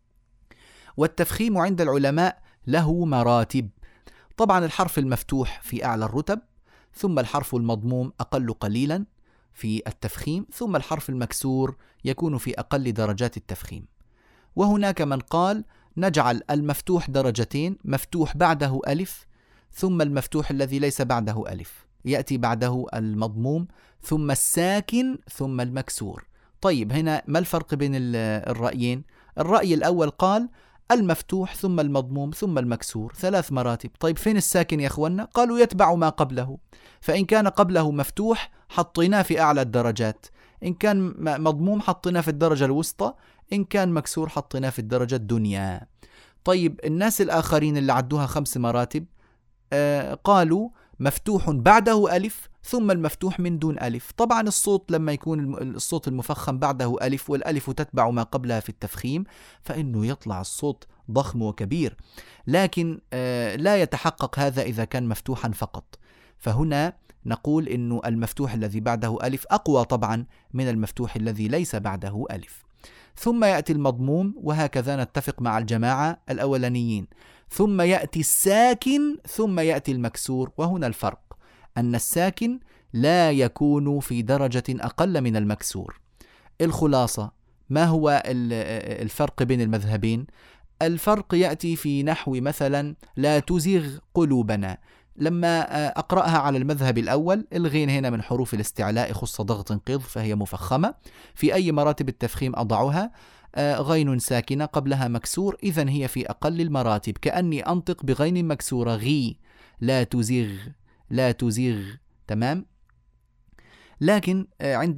والتفخيم عند العلماء له مراتب. طبعا الحرف المفتوح في أعلى الرتب، ثم الحرف المضموم أقل قليلا في التفخيم، ثم الحرف المكسور يكون في أقل درجات التفخيم. وهناك من قال نجعل المفتوح درجتين، مفتوح بعده ألف، ثم المفتوح الذي ليس بعده ألف، يأتي بعده المضموم، ثم الساكن، ثم المكسور. طيب هنا ما الفرق بين الرأيين؟ الرأي الأول قال المفتوح ثم المضموم ثم المكسور، ثلاث مراتب. طيب فين الساكن يا أخوانا؟ قالوا يتبع ما قبله، فإن كان قبله مفتوح حطيناه في أعلى الدرجات، إن كان مضموم حطيناه في الدرجة الوسطى، إن كان مكسور حطيناه في الدرجة الدنيا. طيب الناس الآخرين اللي عدوها خمس مراتب آه قالوا مفتوح بعده ألف ثم المفتوح من دون ألف. طبعا الصوت لما يكون الصوت المفخم بعده ألف والألف تتبع ما قبلها في التفخيم فإنه يطلع الصوت ضخم وكبير، لكن آه لا يتحقق هذا إذا كان مفتوحا فقط. فهنا نقول إنه المفتوح الذي بعده ألف أقوى طبعا من المفتوح الذي ليس بعده ألف. ثم يأتي المضموم، وهكذا نتفق مع الجماعة الأولانيين. ثم يأتي الساكن، ثم يأتي المكسور. وهنا الفرق أن الساكن لا يكون في درجة أقل من المكسور. الخلاصة ما هو الفرق بين المذهبين؟ الفرق يأتي في نحو مثلا لا تزغ قلوبنا. لما أقرأها على المذهب الأول، الغين هنا من حروف الاستعلاء خص ضغط قض فهي مفخمة، في أي مراتب التفخيم أضعها؟ غين ساكنة قبلها مكسور، إذن هي في أقل المراتب، كأني أنطق بغين مكسورة غي، لا تزغ لا تزغ. تمام. لكن عند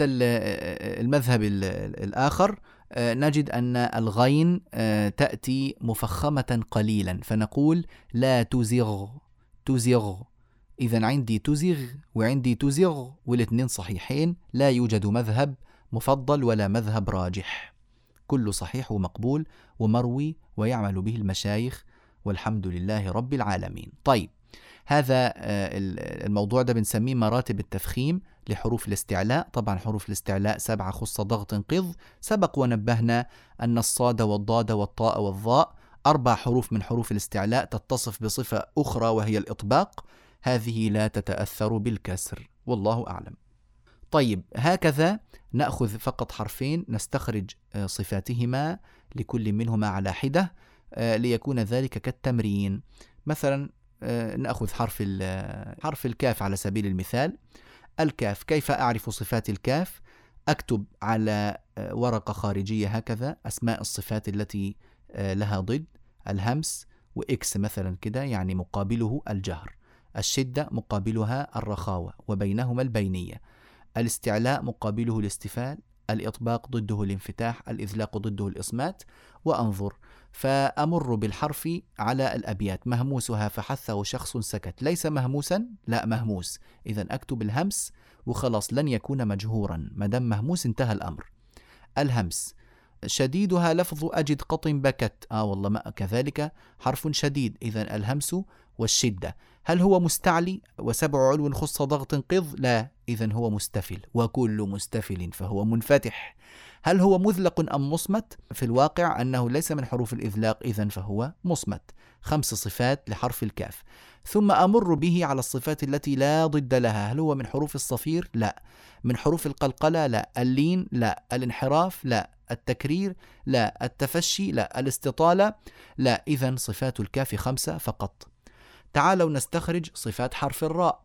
المذهب الآخر نجد أن الغين تأتي مفخمة قليلا، فنقول لا تزغ تزغ. إذن عندي تزغ وعندي تزغ، والاثنين صحيحين، لا يوجد مذهب مفضل ولا مذهب راجح، كله صحيح ومقبول ومروي ويعمل به المشايخ، والحمد لله رب العالمين. طيب هذا الموضوع ده بنسميه مراتب التفخيم لحروف الاستعلاء. طبعا حروف الاستعلاء سبعة خص ضغط قض، سبق ونبهنا أن الصاد والضاد والطاء والظاء أربع حروف من حروف الاستعلاء تتصف بصفة أخرى وهي الإطباق، هذه لا تتأثر بالكسر، والله أعلم. طيب هكذا نأخذ فقط حرفين نستخرج صفاتهما لكل منهما على حدة ليكون ذلك كالتمرين. مثلا نأخذ حرف حرف الكاف على سبيل المثال. الكاف، كيف أعرف صفات الكاف؟ أكتب على ورقة خارجية هكذا أسماء الصفات التي لها ضد. الهمس وإكس مثلا كده، يعني مقابله الجهر. الشدة مقابلها الرخاوة وبينهما البينية. الاستعلاء مقابله الاستفال. الإطباق ضده الانفتاح. الإذلاق ضده الإصمات. وأنظر فأمر بالحرف على الأبيات. مهموسها فحثه شخص سكت، ليس مهموسا، لا مهموس، إذن أكتب الهمس وخلاص لن يكون مجهورا، مدام مهموس انتهى الأمر. الهمس. شديدها لفظ أجد قط بكت، آه والله ما كذلك حرف شديد، إذن الهمس والشدة. هل هو مستعلي وسبع علو خص ضغط قض؟ لا، إذن هو مستفل، وكل مستفل فهو منفتح. هل هو مذلق أم مصمت؟ في الواقع أنه ليس من حروف الإذلاق، إذن فهو مصمت. خمس صفات لحرف الكاف. ثم أمر به على الصفات التي لا ضد لها. هل هو من حروف الصفير؟ لا. من حروف القلقلة؟ لا. اللين؟ لا. الانحراف؟ لا. التكرير؟ لا. التفشي؟ لا. الاستطالة؟ لا. إذن صفات الكاف خمسة فقط. تعالوا نستخرج صفات حرف الراء.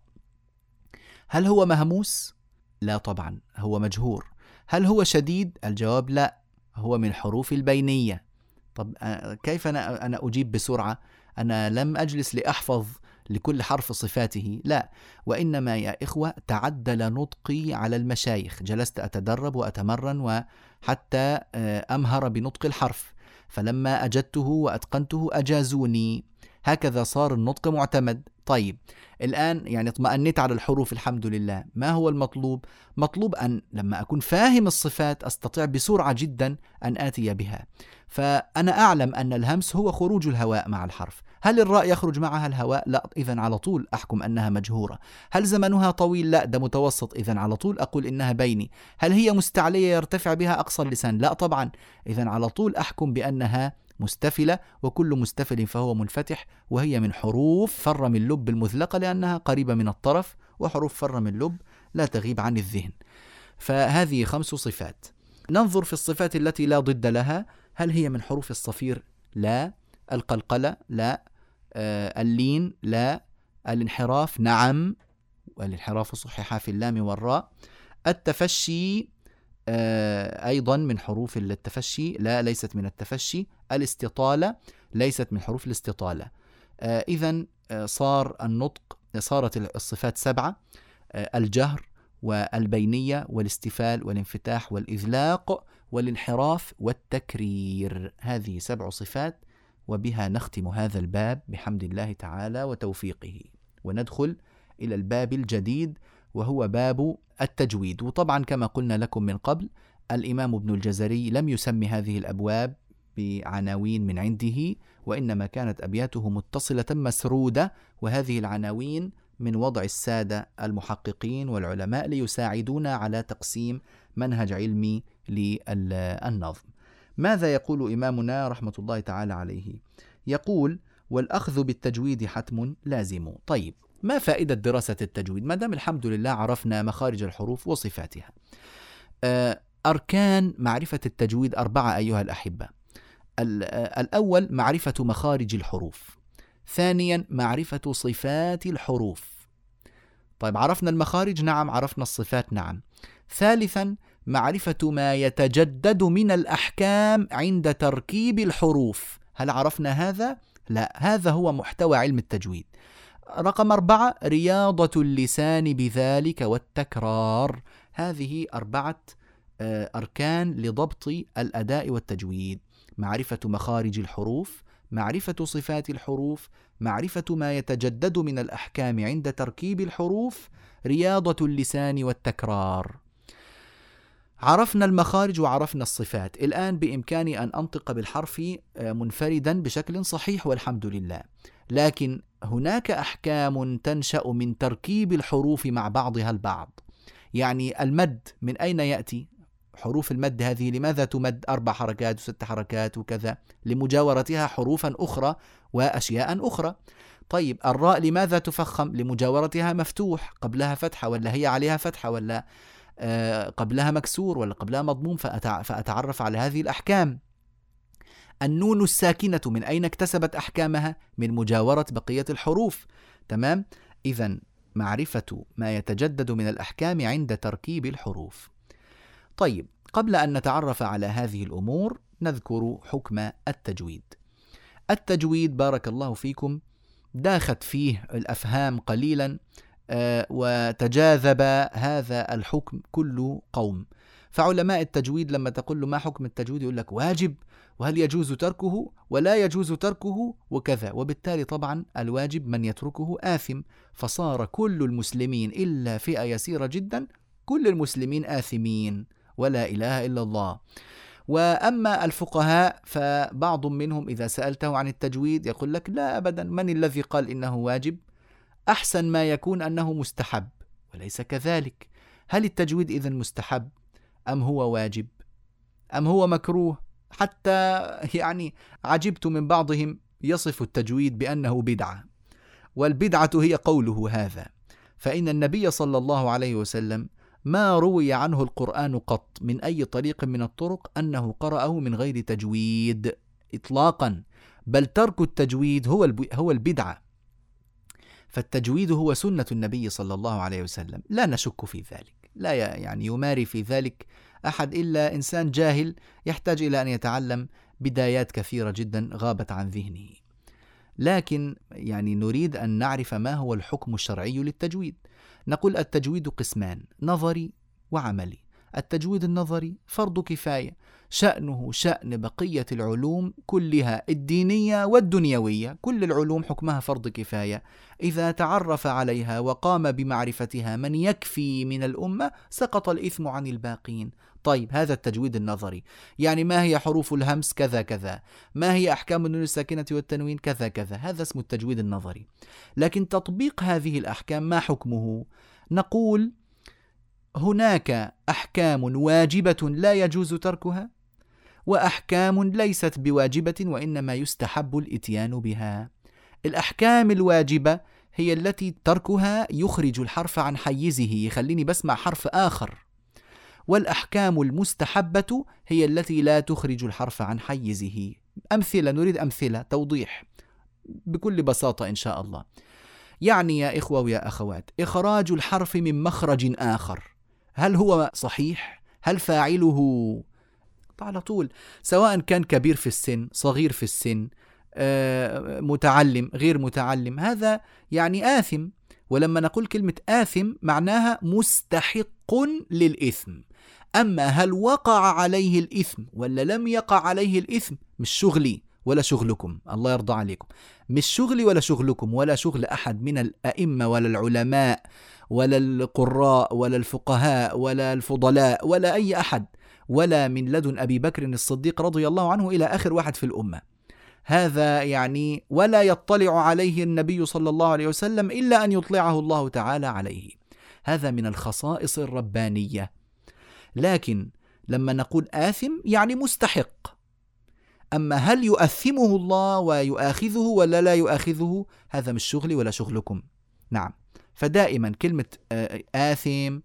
هل هو مهموس؟ لا طبعا، هو مجهور. هل هو شديد؟ الجواب لا، هو من حروف البينية. طب كيف أنا, أنا أجيب بسرعة؟ أنا لم أجلس لأحفظ لكل حرف صفاته، لا، وإنما يا إخوة تعدل نطقي على المشايخ، جلست أتدرب وأتمرن وحتى أمهر بنطق الحرف، فلما أجدته وأتقنته أجازوني، هكذا صار النطق معتمد. طيب الآن يعني اطمأنيت على الحروف الحمد لله. ما هو المطلوب؟ مطلوب أن لما أكون فاهم الصفات أستطيع بسرعة جدا أن آتي بها. فأنا أعلم أن الهمس هو خروج الهواء مع الحرف. هل الراء يخرج معها الهواء؟ لا، إذن على طول أحكم أنها مجهورة. هل زمنها طويل؟ لا، ده متوسط، إذن على طول أقول إنها بيني. هل هي مستعلية يرتفع بها أقصى اللسان؟ لا طبعا، إذن على طول أحكم بأنها مستفلة، وكل مستفل فهو منفتح، وهي من حروف فر من لب المذلقة لأنها قريبة من الطرف، وحروف فر من لب لا تغيب عن الذهن. فهذه خمس صفات. ننظر في الصفات التي لا ضد لها. هل هي من حروف الصفير؟ لا. القلقلة؟ لا. آه اللين؟ لا. الانحراف؟ نعم، والانحراف صحح في اللام والراء. التفشي أيضا من حروف التفشي، لا ليست من التفشي. الاستطالة ليست من حروف الاستطالة. إذن صار النطق، صارت الصفات سبعة: الجهر والبينية والاستفال والانفتاح والإذلاق والانحراف والتكرير. هذه سبع صفات، وبها نختم هذا الباب بحمد الله تعالى وتوفيقه، وندخل إلى الباب الجديد وهو باب التجويد. وطبعا كما قلنا لكم من قبل، الإمام ابن الجزري لم يسمي هذه الأبواب بعناوين من عنده، وإنما كانت أبياته متصلة مسرودة، وهذه العناوين من وضع السادة المحققين والعلماء ليساعدونا على تقسيم منهج علمي للنظم. ماذا يقول إمامنا رحمة الله تعالى عليه؟ يقول: والأخذ بالتجويد حتم لازم. طيب، ما فائدة دراسة التجويد ما دام الحمد لله عرفنا مخارج الحروف وصفاتها؟ أركان معرفة التجويد أربعة أيها الأحبة. الأول معرفة مخارج الحروف، ثانيا معرفة صفات الحروف. طيب، عرفنا المخارج، نعم. عرفنا الصفات، نعم. ثالثا معرفة ما يتجدد من الأحكام عند تركيب الحروف. هل عرفنا هذا؟ لا، هذا هو محتوى علم التجويد. رقم أربعة رياضة اللسان بذلك والتكرار. هذه أربعة أركان لضبط الأداء والتجويد: معرفة مخارج الحروف، معرفة صفات الحروف، معرفة ما يتجدد من الأحكام عند تركيب الحروف، رياضة اللسان والتكرار. عرفنا المخارج وعرفنا الصفات. الآن بإمكاني أن أنطق بالحرف منفردا بشكل صحيح والحمد لله، لكن هناك أحكام تنشأ من تركيب الحروف مع بعضها البعض. يعني المد من أين يأتي؟ حروف المد هذه لماذا تمد أربع حركات وست حركات وكذا؟ لمجاورتها حروفا أخرى وأشياء أخرى. طيب، الراء لماذا تفخم؟ لمجاورتها مفتوح، قبلها فتحة ولا هي عليها فتحة، ولا آه قبلها مكسور ولا قبلها مضموم، فأتع... فأتعرف على هذه الأحكام. النون الساكنة من أين اكتسبت أحكامها؟ من مجاورة بقية الحروف. تمام؟ إذن معرفة ما يتجدد من الأحكام عند تركيب الحروف. طيب، قبل أن نتعرف على هذه الأمور نذكر حكم التجويد. التجويد بارك الله فيكم داخت فيه الأفهام قليلا، آه وتجاذب هذا الحكم كل قوم. فعلماء التجويد لما تقول له ما حكم التجويد يقول لك واجب، وهل يجوز تركه ولا يجوز تركه وكذا، وبالتالي طبعا الواجب من يتركه آثم. فصار كل المسلمين إلا فئة يسيرة جدا كل المسلمين آثمين، ولا إله إلا الله. وأما الفقهاء فبعض منهم إذا سألته عن التجويد يقول لك لا أبدا، من الذي قال إنه واجب؟ أحسن ما يكون أنه مستحب، وليس كذلك. هل التجويد إذن مستحب أم هو واجب أم هو مكروه؟ حتى يعني عجبت من بعضهم يصف التجويد بأنه بدعة، والبدعة هي قوله هذا. فإن النبي صلى الله عليه وسلم ما روي عنه القرآن قط من أي طريق من الطرق أنه قرأه من غير تجويد إطلاقا، بل ترك التجويد هو هو البدعة. فالتجويد هو سنة النبي صلى الله عليه وسلم، لا نشك في ذلك، لا يعني يماري في ذلك أحد إلا إنسان جاهل يحتاج إلى أن يتعلم بدايات كثيرة جدا غابت عن ذهنه. لكن يعني نريد أن نعرف ما هو الحكم الشرعي للتجويد. نقول التجويد قسمان: نظري وعملي. التجويد النظري فرض كفاية، شأنه شأن بقية العلوم كلها الدينية والدنيوية، كل العلوم حكمها فرض كفاية، إذا تعرف عليها وقام بمعرفتها من يكفي من الأمة سقط الإثم عن الباقين. طيب، هذا التجويد النظري، يعني ما هي حروف الهمس كذا كذا، ما هي أحكام النون الساكنة والتنوين كذا كذا، هذا اسمه التجويد النظري. لكن تطبيق هذه الأحكام ما حكمه؟ نقول هناك أحكام واجبة لا يجوز تركها، وأحكام ليست بواجبة وإنما يستحب الإتيان بها. الأحكام الواجبة هي التي تركها يخرج الحرف عن حيزه، يخليني بسمع حرف آخر. والأحكام المستحبة هي التي لا تخرج الحرف عن حيزه. أمثلة، نريد أمثلة توضيح بكل بساطة إن شاء الله. يعني يا إخوة ويا أخوات، إخراج الحرف من مخرج آخر هل هو صحيح؟ هل فاعله على طول سواء كان كبير في السن، صغير في السن، متعلم، غير متعلم، هذا يعني آثم. ولما نقول كلمة آثم معناها مستحق للإثم. أما هل وقع عليه الإثم ولا لم يقع عليه الإثم مش شغلي ولا شغلكم، الله يرضى عليكم، مش شغلي ولا شغلكم ولا شغل أحد من الأئمة ولا العلماء ولا القراء ولا الفقهاء ولا الفضلاء ولا أي أحد، ولا من لدن أبي بكر الصديق رضي الله عنه إلى آخر واحد في الأمة. هذا يعني ولا يطلع عليه النبي صلى الله عليه وسلم إلا أن يطلعه الله تعالى عليه. هذا من الخصائص الربانية. لكن لما نقول آثم يعني مستحق. أما هل يؤثمه الله ويؤاخذه ولا لا يؤاخذه، هذا مش شغلي ولا شغلكم. نعم. فدائما كلمة آثم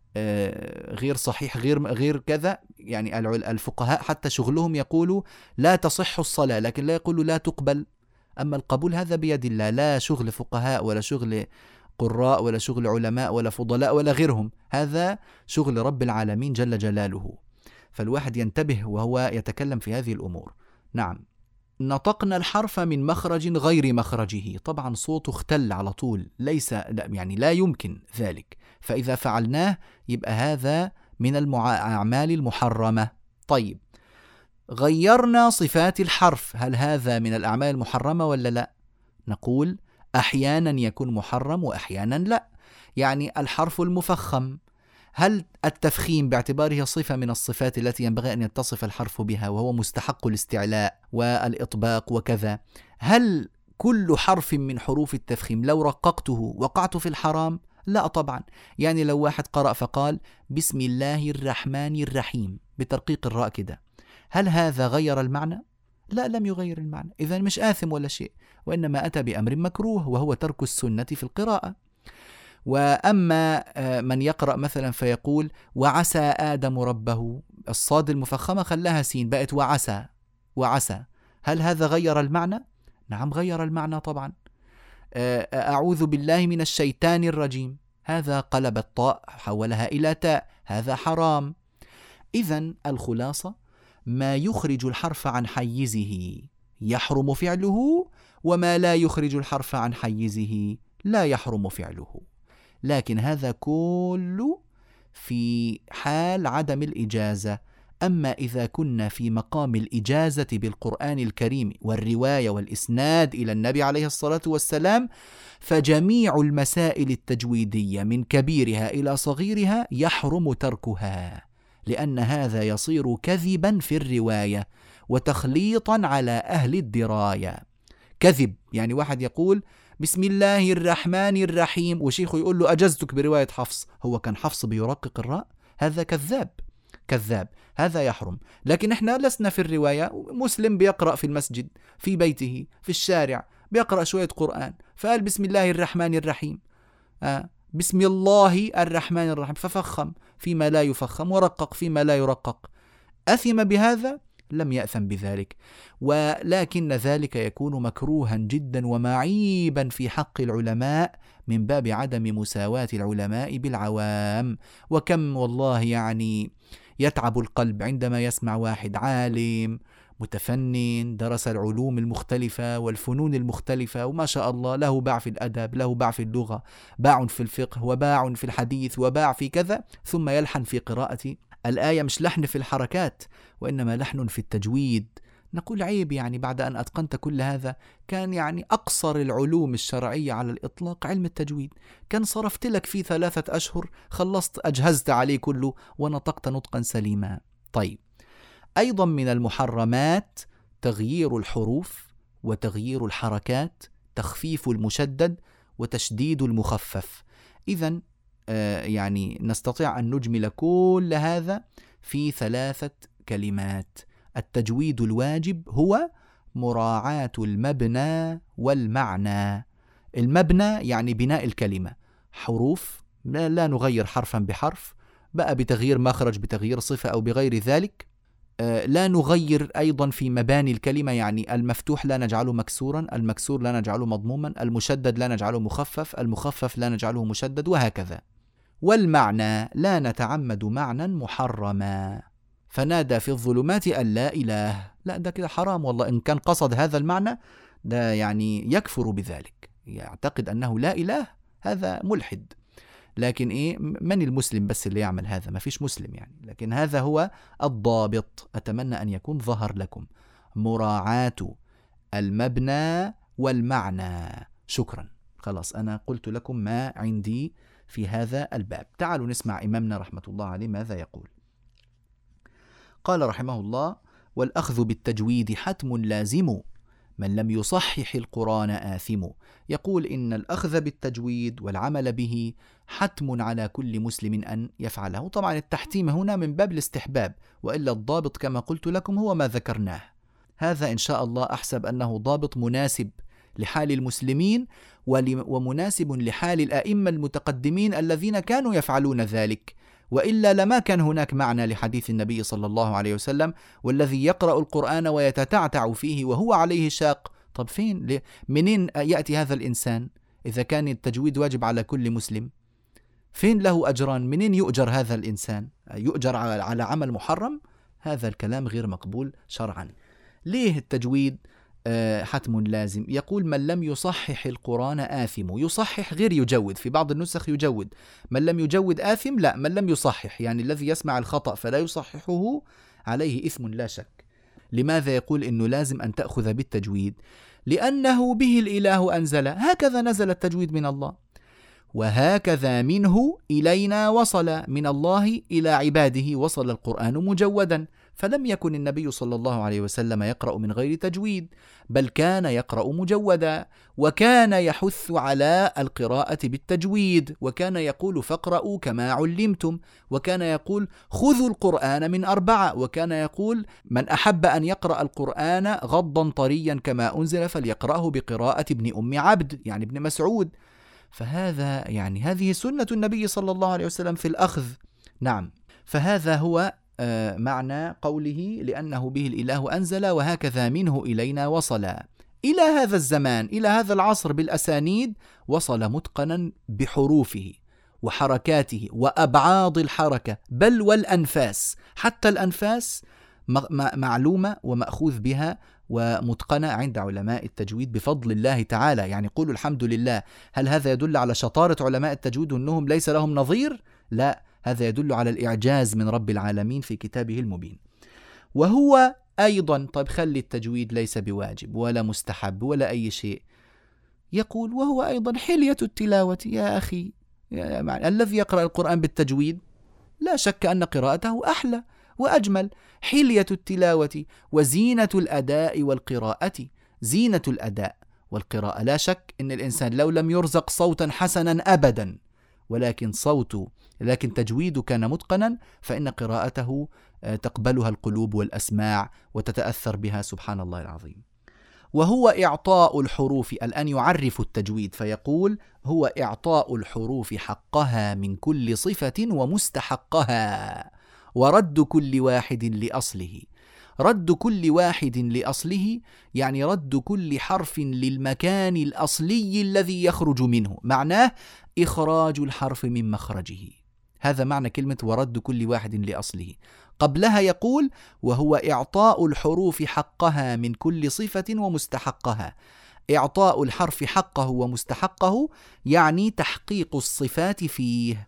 غير صحيح، غير غير كذا، يعني الفقهاء حتى شغلهم يقولوا لا تصح الصلاة، لكن لا يقولوا لا تقبل. أما القبول هذا بيد الله، لا شغل فقهاء ولا شغل قراء ولا شغل علماء ولا فضلاء ولا غيرهم، هذا شغل رب العالمين جل جلاله. فالواحد ينتبه وهو يتكلم في هذه الأمور. نعم. نطقنا الحرف من مخرج غير مخرجه، طبعا صوته اختل على طول، ليس لا يعني لا يمكن ذلك، فإذا فعلناه يبقى هذا من الأعمال المحرمة. طيب، غيرنا صفات الحرف، هل هذا من الأعمال المحرمة ولا لا؟ نقول أحيانا يكون محرم وأحيانا لا. يعني الحرف المفخم، هل التفخيم باعتباره صفة من الصفات التي ينبغي أن يتصف الحرف بها وهو مستحق الاستعلاء والإطباق وكذا، هل كل حرف من حروف التفخيم لو رققته وقعت في الحرام؟ لا طبعا. يعني لو واحد قرأ فقال بسم الله الرحمن الرحيم بترقيق الراء كده، هل هذا غير المعنى؟ لا، لم يغير المعنى، إذن مش آثم ولا شيء، وإنما أتى بأمر مكروه وهو ترك السنة في القراءة. وأما من يقرأ مثلا فيقول وعسى آدم ربه، الصاد المفخمة خلاها سين بقت وعسى وعسى، هل هذا غير المعنى؟ نعم غير المعنى طبعا. أعوذ بالله من الشيطان الرجيم، هذا قلب الطاء حولها إلى تاء، هذا حرام. إذن الخلاصة ما يخرج الحرف عن حيزه يحرم فعله، وما لا يخرج الحرف عن حيزه لا يحرم فعله. لكن هذا كله في حال عدم الإجازة. أما إذا كنا في مقام الإجازة بالقرآن الكريم والرواية والإسناد إلى النبي عليه الصلاة والسلام، فجميع المسائل التجويدية من كبيرها إلى صغيرها يحرم تركها، لأن هذا يصير كذبا في الرواية وتخليطا على أهل الدراية. كذب يعني واحد يقول بسم الله الرحمن الرحيم وشيخه يقول له أجزتك برواية حفص، هو كان حفص بيرقق الراء؟ هذا كذاب كذاب، هذا يحرم. لكن احنا لسنا في الرواية، مسلم بيقرأ في المسجد في بيته في الشارع بيقرأ شوية قرآن فقال بسم الله الرحمن الرحيم، آه بسم الله الرحمن الرحيم، ففخم فيما لا يفخم ورقق فيما لا يرقق، أثم بهذا؟ لم يأثم بذلك، ولكن ذلك يكون مكروها جدا ومعيبا في حق العلماء من باب عدم مساواة العلماء بالعوام. وكم والله يعني يتعب القلب عندما يسمع واحد عالم متفنن درس العلوم المختلفة والفنون المختلفة وما شاء الله له باع في الأدب، له باع في اللغة، باع في الفقه، وباع في الحديث، وباع في كذا، ثم يلحن في قراءة الآية مش لحن في الحركات وإنما لحن في التجويد. نقول عيب، يعني بعد أن أتقنت كل هذا، كان يعني أقصر العلوم الشرعية على الإطلاق علم التجويد، كان صرفت لك فيه ثلاثة أشهر خلصت أجهزت عليه كله ونطقت نطقا سليما. طيب، أيضا من المحرمات تغيير الحروف وتغيير الحركات، تخفيف المشدد وتشديد المخفف. إذن آه يعني نستطيع أن نجمل كل هذا في ثلاثة كلمات. التجويد الواجب هو مراعاة المبنى والمعنى. المبنى يعني بناء الكلمة، حروف لا نغير حرفا بحرف، بقى بتغيير مخرج بتغيير صفة أو بغير ذلك. لا نغير أيضا في مباني الكلمة، يعني المفتوح لا نجعله مكسورا، المكسور لا نجعله مضموما، المشدد لا نجعله مخفف، المخفف لا نجعله مشدد، وهكذا. والمعنى لا نتعمد معنى محرما، فنادى في الظلمات أن لا إله. لا، ده كده حرام والله، إن كان قصد هذا المعنى ده يعني يكفر بذلك، يعتقد أنه لا إله، هذا ملحد. لكن إيه، من المسلم بس اللي يعمل هذا؟ ما فيش مسلم يعني. لكن هذا هو الضابط، أتمنى أن يكون ظهر لكم، مراعاة المبنى والمعنى. شكرا، خلاص أنا قلت لكم ما عندي في هذا الباب. تعالوا نسمع إمامنا رحمة الله عليه ماذا يقول. قال رحمه الله: والأخذ بالتجويد حتم لازم، من لم يصحح القرآن آثم. يقول إن الأخذ بالتجويد والعمل به حتم على كل مسلم أن يفعله. طبعا التحتيم هنا من باب الاستحباب، وإلا الضابط كما قلت لكم هو ما ذكرناه. هذا إن شاء الله أحسب أنه ضابط مناسب لحال المسلمين ومناسب لحال الأئمة المتقدمين الذين كانوا يفعلون ذلك، وإلا لما كان هناك معنى لحديث النبي صلى الله عليه وسلم: والذي يقرأ القرآن ويتتعتع فيه وهو عليه شاق. طب فين، منين يأتي هذا الإنسان إذا كان التجويد واجب على كل مسلم؟ فين له أجران؟ منين يؤجر هذا الإنسان؟ يؤجر على عمل محرم؟ هذا الكلام غير مقبول شرعا. ليه التجويد حتم لازم؟ يقول: من لم يصحح القرآن آثم. يصحح غير يجود، في بعض النسخ يجود، من لم يجود آثم، لا، من لم يصحح يعني الذي يسمع الخطأ فلا يصححه عليه إثم لا شك. لماذا يقول إنه لازم أن تأخذ بالتجويد؟ لأنه به الإله أنزل، هكذا نزل التجويد من الله، وهكذا منه إلينا وصل، من الله إلى عباده وصل القرآن مجودا. فلم يكن النبي صلى الله عليه وسلم يقرأ من غير تجويد، بل كان يقرأ مجودا، وكان يحث على القراءة بالتجويد، وكان يقول: فاقرأوا كما علمتم، وكان يقول: خذوا القرآن من أربعة، وكان يقول: من أحب أن يقرأ القرآن غضا طريا كما أنزل فليقرأه بقراءة ابن أم عبد، يعني ابن مسعود. فهذا يعني هذه سنة النبي صلى الله عليه وسلم في الأخذ. نعم، فهذا هو معنى قوله: لأنه به الإله أنزل وهكذا منه إلينا وصل. إلى هذا الزمان، إلى هذا العصر بالأسانيد، وصل متقنا بحروفه وحركاته وأبعاض الحركة، بل والأنفاس، حتى الأنفاس معلومة ومأخوذ بها ومتقنة عند علماء التجويد بفضل الله تعالى. يعني قولوا الحمد لله. هل هذا يدل على شطارة علماء التجويد وأنهم ليس لهم نظير؟ لا، هذا يدل على الإعجاز من رب العالمين في كتابه المبين. وهو أيضا، طيب خلي التجويد ليس بواجب ولا مستحب ولا أي شيء، يقول: وهو أيضا حلية التلاوة. يا أخي، يا الذي يقرأ القرآن بالتجويد لا شك أن قراءته أحلى وأجمل. حلية التلاوة وزينة الأداء والقراءة. زينة الأداء والقراءة، لا شك أن الإنسان لو لم يرزق صوتا حسنا أبدا، ولكن صوته لكن تجويده كان متقنا، فإن قراءته تقبلها القلوب والأسماع وتتأثر بها، سبحان الله العظيم. وهو إعطاء الحروف، الآن يعرف التجويد فيقول: هو إعطاء الحروف حقها من كل صفة ومستحقها، ورد كل واحد لأصله. رد كل واحد لأصله يعني رد كل حرف للمكان الأصلي الذي يخرج منه، معناه إخراج الحرف من مخرجه. هذا معنى كلمة ورد كل واحد لأصله. قبلها يقول: وهو إعطاء الحروف حقها من كل صفة ومستحقها. إعطاء الحرف حقه ومستحقه يعني تحقيق الصفات فيه،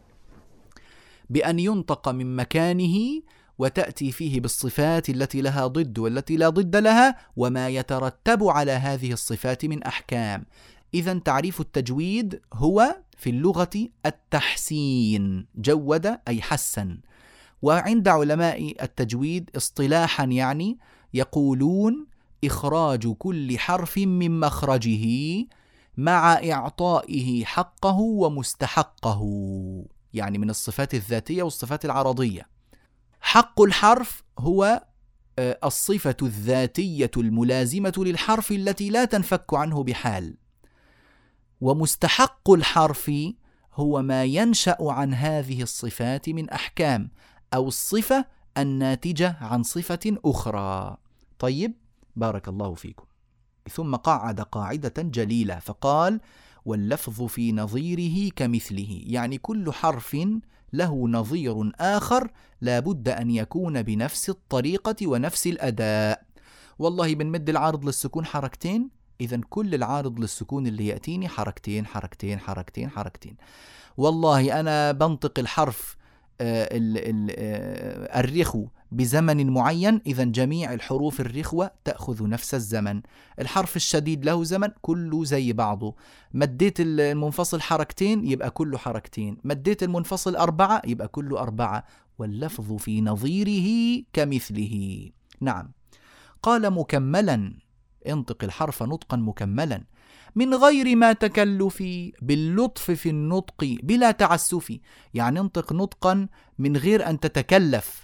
بأن ينطق من مكانه وتأتي فيه بالصفات التي لها ضد والتي لا ضد لها، وما يترتب على هذه الصفات من أحكام. إذن تعريف التجويد هو في اللغة التحسين، جود أي حسن. وعند علماء التجويد اصطلاحا يعني يقولون: إخراج كل حرف من مخرجه مع إعطائه حقه ومستحقه، يعني من الصفات الذاتية والصفات العرضية. حق الحرف هو الصفة الذاتية الملازمة للحرف التي لا تنفك عنه بحال، ومستحق الحرف هو ما ينشأ عن هذه الصفات من أحكام، أو الصفة الناتجة عن صفة أخرى. طيب، بارك الله فيكم. ثم قعد قاعدة جليلة فقال: واللفظ في نظيره كمثله، يعني كل حرف له نظير آخر لا بد أن يكون بنفس الطريقة ونفس الأداء. والله بنمد العارض للسكون حركتين، إذن كل العارض للسكون اللي يأتيني حركتين حركتين حركتين حركتين. والله أنا بنطق الحرف آه ال ال آه الرخو بزمن معين، إذن جميع الحروف الرخوة تأخذ نفس الزمن. الحرف الشديد له زمن، كله زي بعضه. مديت المنفصل حركتين يبقى كله حركتين، مديت المنفصل أربعة يبقى كله أربعة. واللفظ في نظيره كمثله. نعم. قال مكملا، انطق الحرف نطقا مكملا من غير ما تكلف، باللطف في النطق بلا تعسف. يعني انطق نطقا من غير أن تتكلف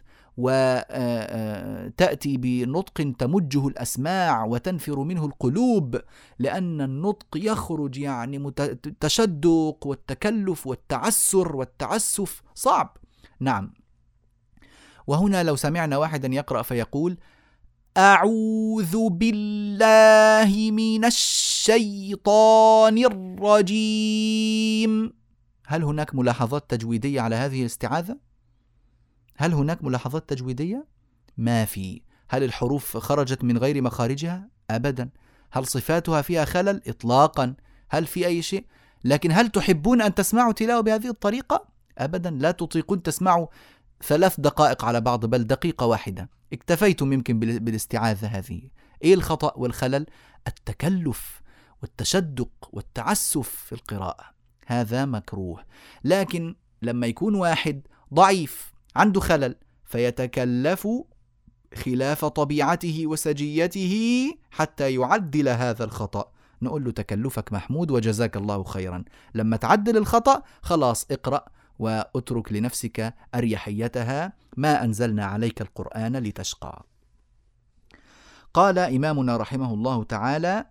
وتأتي بنطق تمجه الأسماع وتنفر منه القلوب، لأن النطق يخرج يعني التشدق والتكلف والتعسر والتعسف صعب. نعم. وهنا لو سمعنا واحدا يقرأ فيقول أعوذ بالله من الشيطان الرجيم، هل هناك ملاحظات تجويدية على هذه الاستعاذة؟ هل هناك ملاحظات تجويدية؟ ما في. هل الحروف خرجت من غير مخارجها؟ أبدا. هل صفاتها فيها خلل؟ إطلاقا. هل في أي شيء؟ لكن هل تحبون أن تسمعوا تلاوة بهذه الطريقة؟ أبدا. لا تطيقون تسمعوا ثلاث دقائق على بعض، بل دقيقة واحدة. اكتفيتم يمكن بالاستعاذة هذه. إيه الخطأ والخلل؟ التكلف والتشدق والتعسف في القراءة، هذا مكروه. لكن لما يكون واحد ضعيف عنده خلل فيتكلف خلاف طبيعته وسجيته حتى يعدل هذا الخطأ، نقول له تكلفك محمود وجزاك الله خيرا. لما تعدل الخطأ خلاص اقرأ واترك لنفسك أريحيتها، ما أنزلنا عليك القرآن لتشقى. قال إمامنا رحمه الله تعالى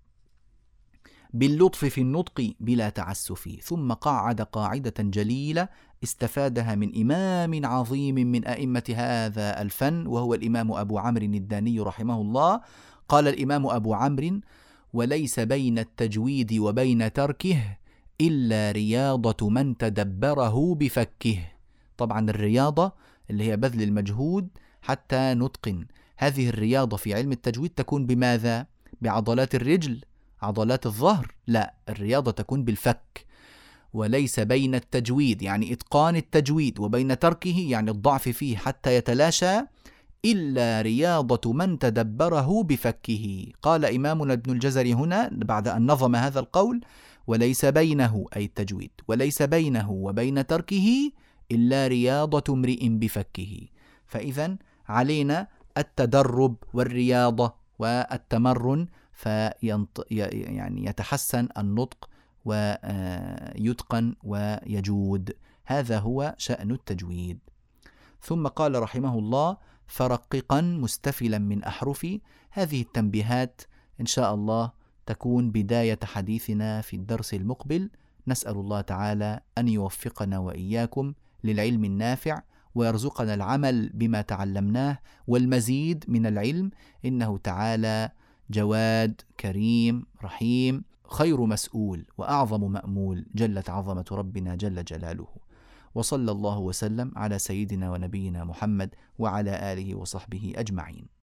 باللطف في النطق بلا تعسف، ثم قعد قاعدة جليلة استفادها من إمام عظيم من أئمة هذا الفن، وهو الإمام أبو عمرو الداني رحمه الله. قال الإمام أبو عمرو: وليس بين التجويد وبين تركه إلا رياضة من تدبره بفكه. طبعا الرياضة اللي هي بذل المجهود حتى نتقن. هذه الرياضة في علم التجويد تكون بماذا؟ بعضلات الرجل، عضلات الظهر؟ لا، الرياضة تكون بالفك. وليس بين التجويد يعني إتقان التجويد وبين تركه يعني الضعف فيه حتى يتلاشى إلا رياضة من تدبره بفكه. قال إمامنا ابن الجزري هنا بعد أن نظم هذا القول: وليس بينه أي التجويد، وليس بينه وبين تركه إلا رياضة امرئ بفكه. فإذا علينا التدرب والرياضة والتمرن، فينط... يعني يتحسن النطق ويتقن ويجود. هذا هو شأن التجويد. ثم قال رحمه الله: فرققا مستفلا من أحرفي. هذه التنبيهات إن شاء الله تكون بداية حديثنا في الدرس المقبل. نسأل الله تعالى أن يوفقنا وإياكم للعلم النافع، ويرزقنا العمل بما تعلمناه والمزيد من العلم، إنه تعالى جواد كريم رحيم خير مسؤول وأعظم مأمول، جلت عظمة ربنا جل جلاله. وصلى الله وسلم على سيدنا ونبينا محمد وعلى آله وصحبه أجمعين.